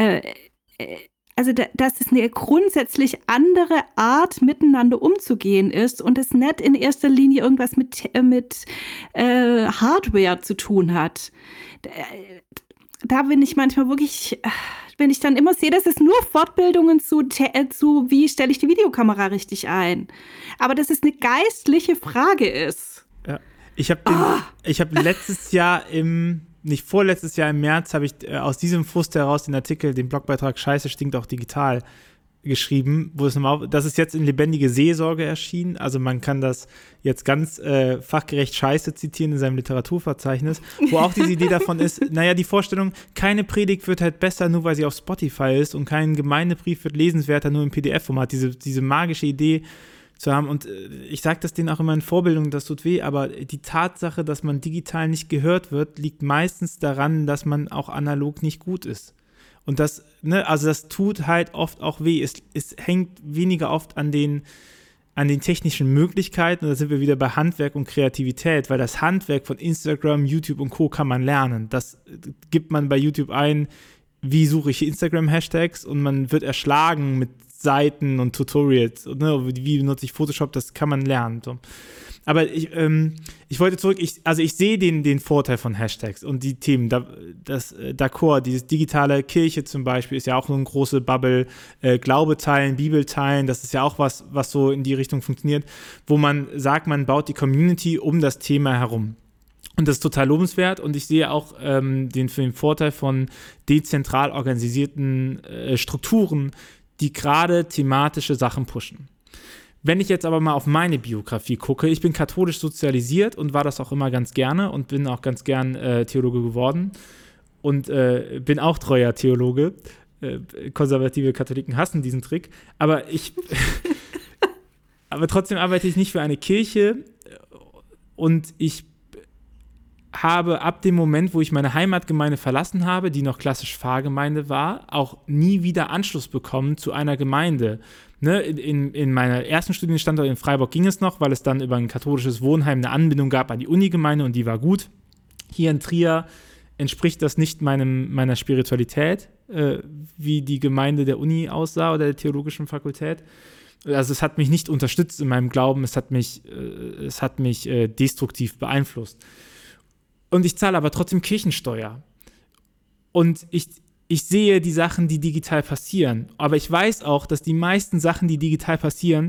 Also, dass es eine grundsätzlich andere Art, miteinander umzugehen ist und es nicht in erster Linie irgendwas mit Hardware zu tun hat. Da bin ich manchmal wirklich, wenn ich dann immer sehe, dass es nur Fortbildungen zu wie stelle ich die Videokamera richtig ein. Aber dass es eine geistliche Frage ist. Ja. Ich habe letztes Jahr vorletztes Jahr im März habe ich aus diesem Frust heraus den Artikel, den Blogbeitrag Scheiße stinkt auch digital geschrieben, das ist jetzt in Lebendige Seelsorge erschienen, also man kann das jetzt ganz fachgerecht Scheiße zitieren in seinem Literaturverzeichnis, wo auch diese Idee davon ist, naja, die Vorstellung, keine Predigt wird halt besser, nur weil sie auf Spotify ist und kein Gemeindebrief wird lesenswerter, nur im PDF-Format, diese magische Idee zu haben und ich sage das denen auch immer in Vorbildung, das tut weh, aber die Tatsache, dass man digital nicht gehört wird, liegt meistens daran, dass man auch analog nicht gut ist. Und das, also das tut halt oft auch weh. Es hängt weniger oft an den technischen Möglichkeiten, und da sind wir wieder bei Handwerk und Kreativität, weil das Handwerk von Instagram, YouTube und Co. kann man lernen. Das gibt man bei YouTube ein, wie suche ich Instagram-Hashtags und man wird erschlagen mit Seiten und Tutorials. Wie benutze ich Photoshop, das kann man lernen. So. Aber ich wollte zurück, ich sehe den Vorteil von Hashtags und die Themen, d'accord, diese digitale Kirche zum Beispiel ist ja auch so eine große Bubble, Glaube teilen, Bibel teilen, das ist ja auch was so in die Richtung funktioniert, wo man sagt, man baut die Community um das Thema herum. Und das ist total lobenswert und ich sehe auch den Vorteil von dezentral organisierten Strukturen, die gerade thematische Sachen pushen. Wenn ich jetzt aber mal auf meine Biografie gucke, ich bin katholisch sozialisiert und war das auch immer ganz gerne und bin auch ganz gern Theologe geworden und bin auch treuer Theologe. Konservative Katholiken hassen diesen Trick, aber trotzdem arbeite ich nicht für eine Kirche und ich habe ab dem Moment, wo ich meine Heimatgemeinde verlassen habe, die noch klassisch Pfarrgemeinde war, auch nie wieder Anschluss bekommen zu einer Gemeinde. Ne, in meiner ersten Studienstandort in Freiburg ging es noch, weil es dann über ein katholisches Wohnheim eine Anbindung gab an die Unigemeinde und die war gut. Hier in Trier entspricht das nicht meiner Spiritualität, wie die Gemeinde der Uni aussah oder der theologischen Fakultät. Also es hat mich nicht unterstützt in meinem Glauben, es hat mich destruktiv beeinflusst. Und ich zahle aber trotzdem Kirchensteuer. Und ich sehe die Sachen, die digital passieren. Aber ich weiß auch, dass die meisten Sachen, die digital passieren,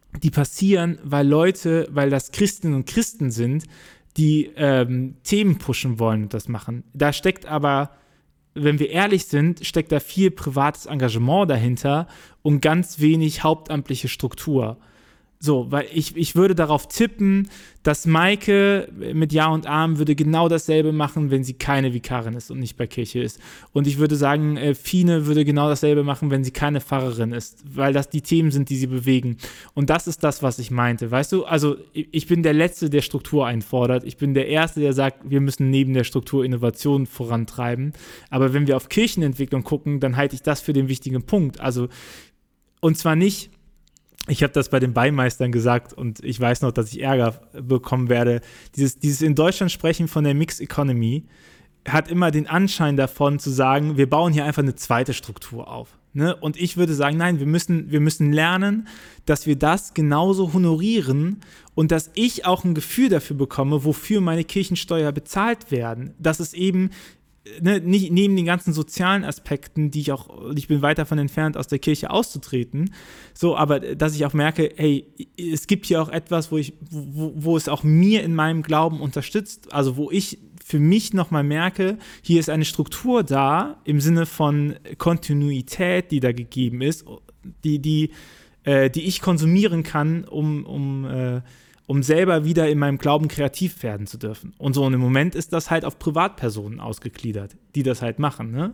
weil das Christinnen und Christen sind, die Themen pushen wollen und das machen. Da steckt aber, wenn wir ehrlich sind, steckt da viel privates Engagement dahinter und ganz wenig hauptamtliche Struktur. So, weil ich würde darauf tippen, dass Maike mit Ja und Arm würde genau dasselbe machen, wenn sie keine Vikarin ist und nicht bei Kirche ist. Und ich würde sagen, Fine würde genau dasselbe machen, wenn sie keine Pfarrerin ist, weil das die Themen sind, die sie bewegen. Und das ist das, was ich meinte. Weißt du, also ich bin der Letzte, der Struktur einfordert. Ich bin der Erste, der sagt, wir müssen neben der Struktur Innovation vorantreiben. Aber wenn wir auf Kirchenentwicklung gucken, dann halte ich das für den wichtigen Punkt. Also, und zwar nicht, ich habe das bei den Beimeistern gesagt und ich weiß noch, dass ich Ärger bekommen werde. Dieses in Deutschland sprechen von der Mixed Economy hat immer den Anschein davon zu sagen, wir bauen hier einfach eine zweite Struktur auf. Ne? Und ich würde sagen, nein, wir müssen lernen, dass wir das genauso honorieren und dass ich auch ein Gefühl dafür bekomme, wofür meine Kirchensteuer bezahlt werden. Dass es eben nicht neben den ganzen sozialen Aspekten, ich bin weit davon entfernt, aus der Kirche auszutreten, so, aber dass ich auch merke, hey, es gibt hier auch etwas, wo es auch mir in meinem Glauben unterstützt, also wo ich für mich nochmal merke, hier ist eine Struktur da, im Sinne von Kontinuität, die da gegeben ist, die ich konsumieren kann, um selber wieder in meinem Glauben kreativ werden zu dürfen. Und so im Moment ist das halt auf Privatpersonen ausgegliedert, die das halt machen, ne?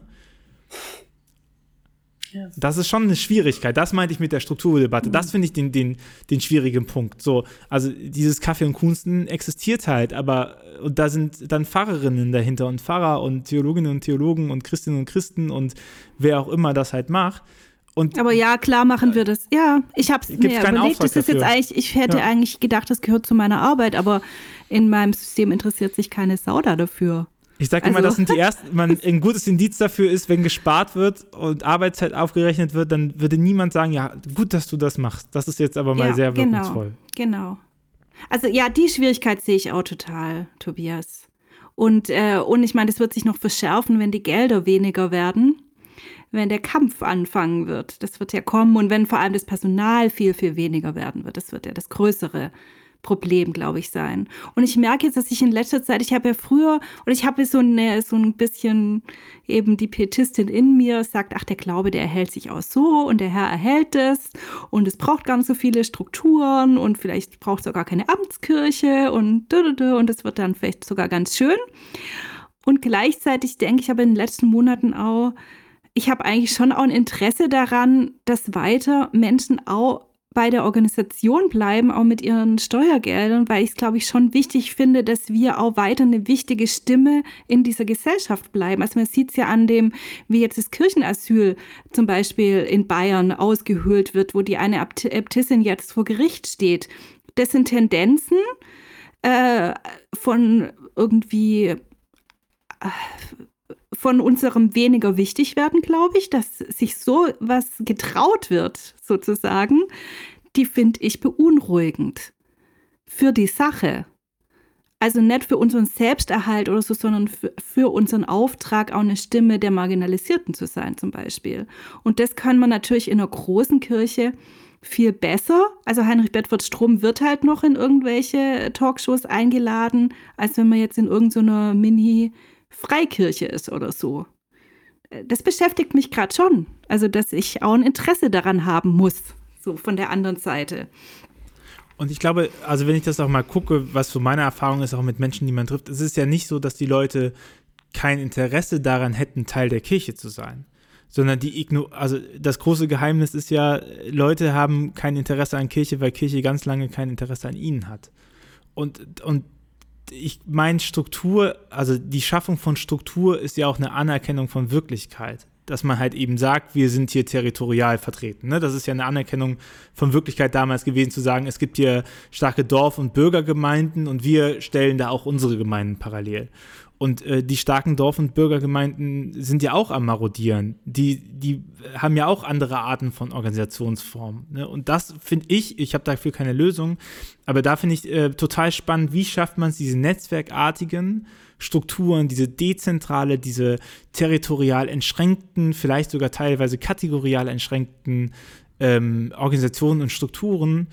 Ja. Das ist schon eine Schwierigkeit. Das meinte ich mit der Strukturdebatte. Das finde ich den schwierigen Punkt. So, also dieses Kaffee und Kunsten existiert halt, aber und da sind dann Pfarrerinnen dahinter und Pfarrer und Theologinnen und Theologen und Christinnen und Christen und wer auch immer das halt macht. Aber ja, klar machen wir das. Ja, ich habe es mir überlegt. Das ist jetzt eigentlich, ich hätte eigentlich gedacht, das gehört zu meiner Arbeit, aber in meinem System interessiert sich keine Sau dafür. Ich sage immer, das sind die ersten, ein gutes Indiz dafür ist, wenn gespart wird und Arbeitszeit aufgerechnet wird, dann würde niemand sagen, ja, gut, dass du das machst. Das ist jetzt aber mal sehr wirkungsvoll. Genau. Also ja, die Schwierigkeit sehe ich auch total, Tobias. Und ich meine, das wird sich noch verschärfen, wenn die Gelder weniger werden, wenn der Kampf anfangen wird. Das wird ja kommen und wenn vor allem das Personal viel, viel weniger werden wird. Das wird ja das größere Problem, glaube ich, sein. Und ich merke jetzt, dass ich in letzter Zeit, ich habe ja früher, oder ich habe so ein bisschen eben die Pietistin in mir, sagt, ach, der Glaube, der erhält sich auch so und der Herr erhält es und es braucht gar nicht so viele Strukturen und vielleicht braucht es auch gar keine Amtskirche und es wird dann vielleicht sogar ganz schön. Und gleichzeitig denke ich aber in den letzten Monaten auch, ich habe eigentlich schon auch ein Interesse daran, dass weiter Menschen auch bei der Organisation bleiben, auch mit ihren Steuergeldern, weil ich es, glaube ich, schon wichtig finde, dass wir auch weiter eine wichtige Stimme in dieser Gesellschaft bleiben. Also man sieht es ja an dem, wie jetzt das Kirchenasyl zum Beispiel in Bayern ausgehöhlt wird, wo die eine Äbtissin jetzt vor Gericht steht. Das sind Tendenzen von unserem weniger wichtig werden, glaube ich, dass sich so was getraut wird, sozusagen, die finde ich beunruhigend für die Sache. Also nicht für unseren Selbsterhalt oder so, sondern für unseren Auftrag, auch eine Stimme der Marginalisierten zu sein, zum Beispiel. Und das kann man natürlich in einer großen Kirche viel besser. Also Heinrich Bedford Strom wird halt noch in irgendwelche Talkshows eingeladen, als wenn man jetzt in irgendeiner Mini-Freikirche ist oder so. Das beschäftigt mich gerade schon. Also, dass ich auch ein Interesse daran haben muss, so von der anderen Seite. Und ich glaube, also wenn ich das auch mal gucke, was so meine Erfahrung ist, auch mit Menschen, die man trifft, es ist ja nicht so, dass die Leute kein Interesse daran hätten, Teil der Kirche zu sein, sondern also das große Geheimnis ist ja, Leute haben kein Interesse an Kirche, weil Kirche ganz lange kein Interesse an ihnen hat. Und ich meine, Struktur, also die Schaffung von Struktur ist ja auch eine Anerkennung von Wirklichkeit. Dass man halt eben sagt, wir sind hier territorial vertreten. Ne? Das ist ja eine Anerkennung von Wirklichkeit damals gewesen, zu sagen, es gibt hier starke Dorf- und Bürgergemeinden und wir stellen da auch unsere Gemeinden parallel. Und die starken Dorf- und Bürgergemeinden sind ja auch am Marodieren. Die haben ja auch andere Arten von Organisationsformen. Ne? Und das finde ich habe dafür keine Lösung, aber da finde ich total spannend, wie schafft man es, diese netzwerkartigen Strukturen, diese dezentrale, diese territorial entschränkten, vielleicht sogar teilweise kategorial entschränkten Organisationen und Strukturen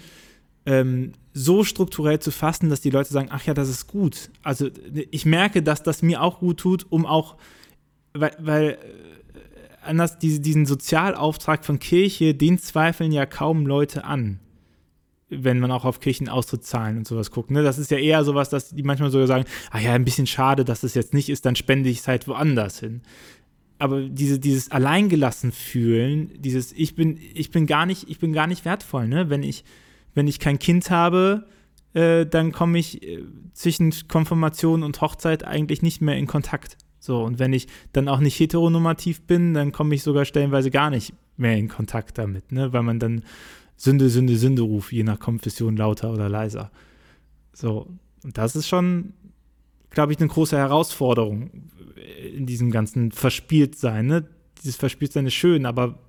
so strukturell zu fassen, dass die Leute sagen, ach ja, das ist gut. Also ich merke, dass das mir auch gut tut, um auch, weil anders diesen Sozialauftrag von Kirche, den zweifeln ja kaum Leute an, wenn man auch auf Kirchenaustrittszahlen und sowas guckt. Ne? Das ist ja eher sowas, dass die manchmal sogar sagen, ach ja, ein bisschen schade, dass das jetzt nicht ist, dann spende ich es halt woanders hin. Aber dieses alleingelassen fühlen, dieses ich bin gar nicht wertvoll, ne? Wenn ich kein Kind habe, dann komme ich zwischen Konfirmation und Hochzeit eigentlich nicht mehr in Kontakt. So, und wenn ich dann auch nicht heteronormativ bin, dann komme ich sogar stellenweise gar nicht mehr in Kontakt damit, ne? Weil man dann Sünde, Sünde, Sünde ruft, je nach Konfession lauter oder leiser. So, und das ist schon glaube ich, eine große Herausforderung in diesem ganzen Verspieltsein. Ne? Dieses Verspieltsein ist schön, aber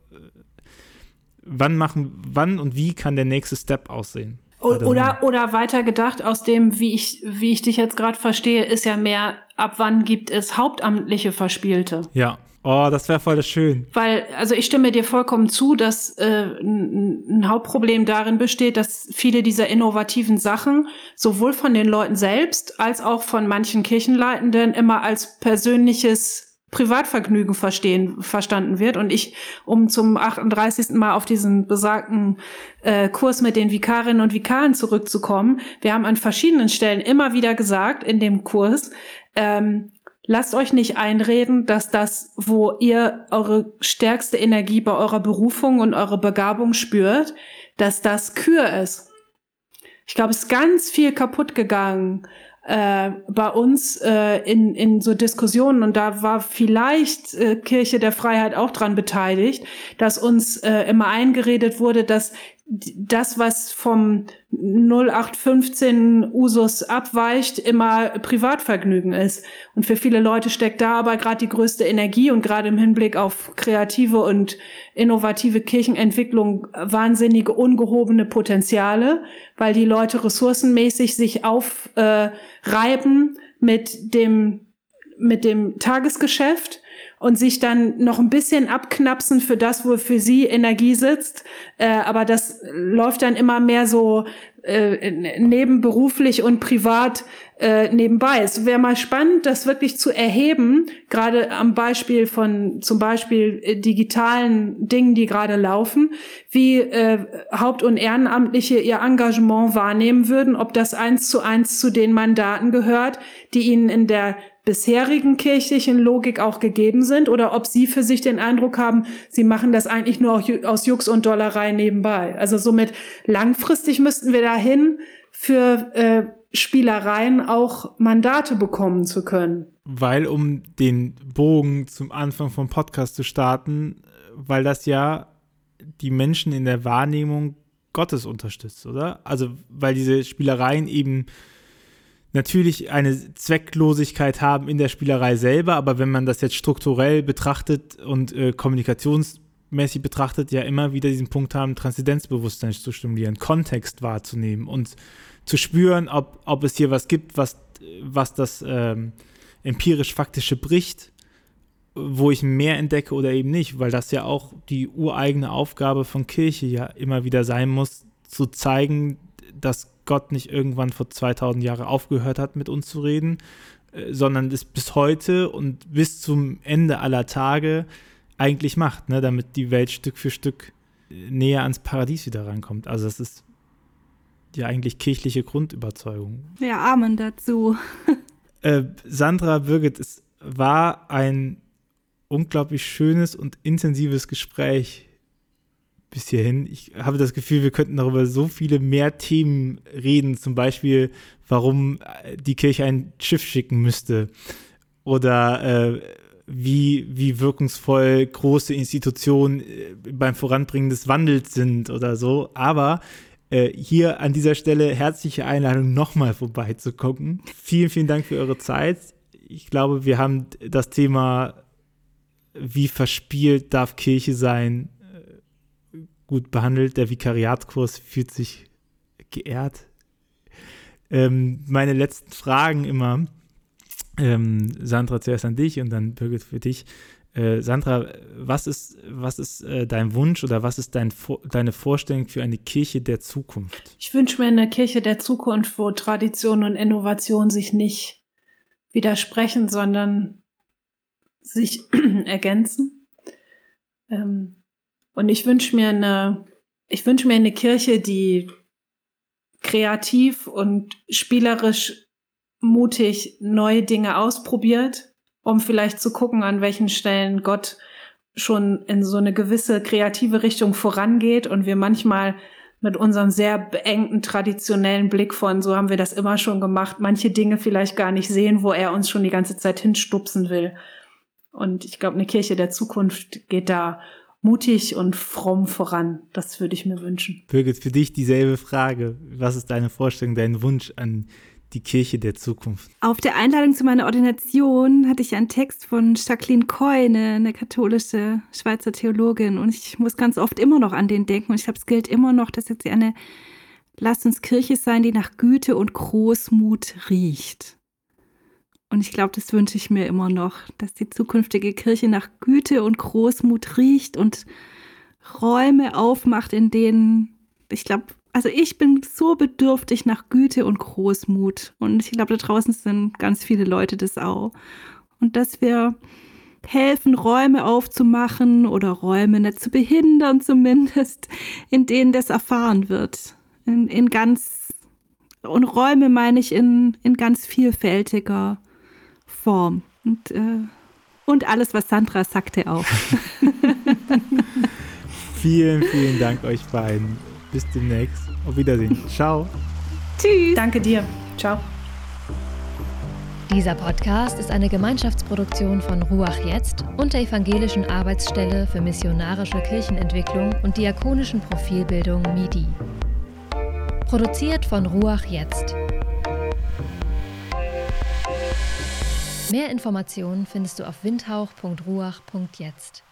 wann und wie kann der nächste Step aussehen? Oder weiter gedacht, aus dem, wie ich dich jetzt gerade verstehe, ist ja mehr, ab wann gibt es hauptamtliche Verspielte? Ja. Oh, das wäre voll schön. Weil, also ich stimme dir vollkommen zu, dass ein Hauptproblem darin besteht, dass viele dieser innovativen Sachen sowohl von den Leuten selbst als auch von manchen Kirchenleitenden immer als persönliches Privatvergnügen verstanden wird. Und ich, um zum 38. Mal auf diesen besagten Kurs mit den Vikarinnen und Vikaren zurückzukommen, wir haben an verschiedenen Stellen immer wieder gesagt in dem Kurs, lasst euch nicht einreden, dass das, wo ihr eure stärkste Energie bei eurer Berufung und eure Begabung spürt, dass das Kür ist. Ich glaube, es ist ganz viel kaputt gegangen bei uns in so Diskussionen, und da war vielleicht Kirche der Freiheit auch dran beteiligt, dass uns immer eingeredet wurde, dass das, was vom 0815 Usus abweicht, immer Privatvergnügen ist. Und für viele Leute steckt da aber gerade die größte Energie und gerade im Hinblick auf kreative und innovative Kirchenentwicklung wahnsinnige ungehobene Potenziale, weil die Leute ressourcenmäßig sich aufreiben mit dem Tagesgeschäft und sich dann noch ein bisschen abknapsen für das, wo für sie Energie sitzt. Aber das läuft dann immer mehr so nebenberuflich und privat nebenbei. Es wäre mal spannend, das wirklich zu erheben, gerade am Beispiel von zum Beispiel digitalen Dingen, die gerade laufen, wie Haupt- und Ehrenamtliche ihr Engagement wahrnehmen würden, ob das 1:1 zu den Mandaten gehört, die ihnen in der bisherigen kirchlichen Logik auch gegeben sind, oder ob sie für sich den Eindruck haben, sie machen das eigentlich nur aus Jux und Dollerei nebenbei. Also somit langfristig müssten wir dahin, für Spielereien auch Mandate bekommen zu können. Weil, um den Bogen zum Anfang vom Podcast zu starten, weil das ja die Menschen in der Wahrnehmung Gottes unterstützt, oder? Also weil diese Spielereien eben natürlich eine Zwecklosigkeit haben in der Spielerei selber, aber wenn man das jetzt strukturell betrachtet und kommunikationsmäßig betrachtet, ja immer wieder diesen Punkt haben, Transzendenzbewusstsein zu stimulieren, Kontext wahrzunehmen und zu spüren, ob es hier was gibt, was das empirisch-faktische bricht, wo ich mehr entdecke oder eben nicht, weil das ja auch die ureigene Aufgabe von Kirche ja immer wieder sein muss, zu zeigen, dass Gott nicht irgendwann vor 2000 Jahren aufgehört hat, mit uns zu reden, sondern es bis heute und bis zum Ende aller Tage eigentlich macht, ne, damit die Welt Stück für Stück näher ans Paradies wieder rankommt. Also das ist ja eigentlich kirchliche Grundüberzeugung. Ja, Amen dazu. Sandra, Birgit, es war ein unglaublich schönes und intensives Gespräch bis hierhin. Ich habe das Gefühl, wir könnten darüber so viele mehr Themen reden, zum Beispiel, warum die Kirche ein Schiff schicken müsste oder wie wirkungsvoll große Institutionen beim Voranbringen des Wandels sind oder so. Aber hier an dieser Stelle herzliche Einladung, nochmal vorbeizugucken. Vielen, vielen Dank für eure Zeit. Ich glaube, wir haben das Thema, wie verspielt darf Kirche sein, gut behandelt. Der Vikariatskurs fühlt sich geehrt. Meine letzten Fragen immer, Sandra, zuerst an dich und dann Birgit für dich. Sandra, was ist dein Wunsch oder was ist deine Vorstellung für eine Kirche der Zukunft? Ich wünsche mir eine Kirche der Zukunft, wo Tradition und Innovation sich nicht widersprechen, sondern sich ergänzen. Und ich wünsche mir eine Kirche, die kreativ und spielerisch mutig neue Dinge ausprobiert, um vielleicht zu gucken, an welchen Stellen Gott schon in so eine gewisse kreative Richtung vorangeht und wir manchmal mit unserem sehr beengten traditionellen Blick von, so haben wir das immer schon gemacht, manche Dinge vielleicht gar nicht sehen, wo er uns schon die ganze Zeit hinstupsen will. Und ich glaube, eine Kirche der Zukunft geht da mutig und fromm voran. Das würde ich mir wünschen. Birgit, für dich dieselbe Frage. Was ist deine Vorstellung, dein Wunsch an die Kirche der Zukunft? Auf der Einladung zu meiner Ordination hatte ich einen Text von Jacqueline Coy, eine katholische Schweizer Theologin. Und ich muss ganz oft immer noch an den denken. Und ich glaube, es gilt immer noch, dass jetzt lasst uns Kirche sein, die nach Güte und Großmut riecht. Und ich glaube, das wünsche ich mir immer noch, dass die zukünftige Kirche nach Güte und Großmut riecht und Räume aufmacht, in denen, ich bin so bedürftig nach Güte und Großmut. Und ich glaube, da draußen sind ganz viele Leute das auch. Und dass wir helfen, Räume aufzumachen oder Räume nicht zu behindern zumindest, in denen das erfahren wird. Und Räume meine ich in ganz vielfältiger Form. Und alles, was Sandra sagte auch. Vielen, vielen Dank euch beiden. Bis demnächst. Auf Wiedersehen. Ciao. Tschüss. Danke dir. Ciao. Dieser Podcast ist eine Gemeinschaftsproduktion von Ruach Jetzt und der Evangelischen Arbeitsstelle für missionarische Kirchenentwicklung und diakonischen Profilbildung MIDI. Produziert von Ruach Jetzt. Mehr Informationen findest du auf windhauch.ruach.jetzt.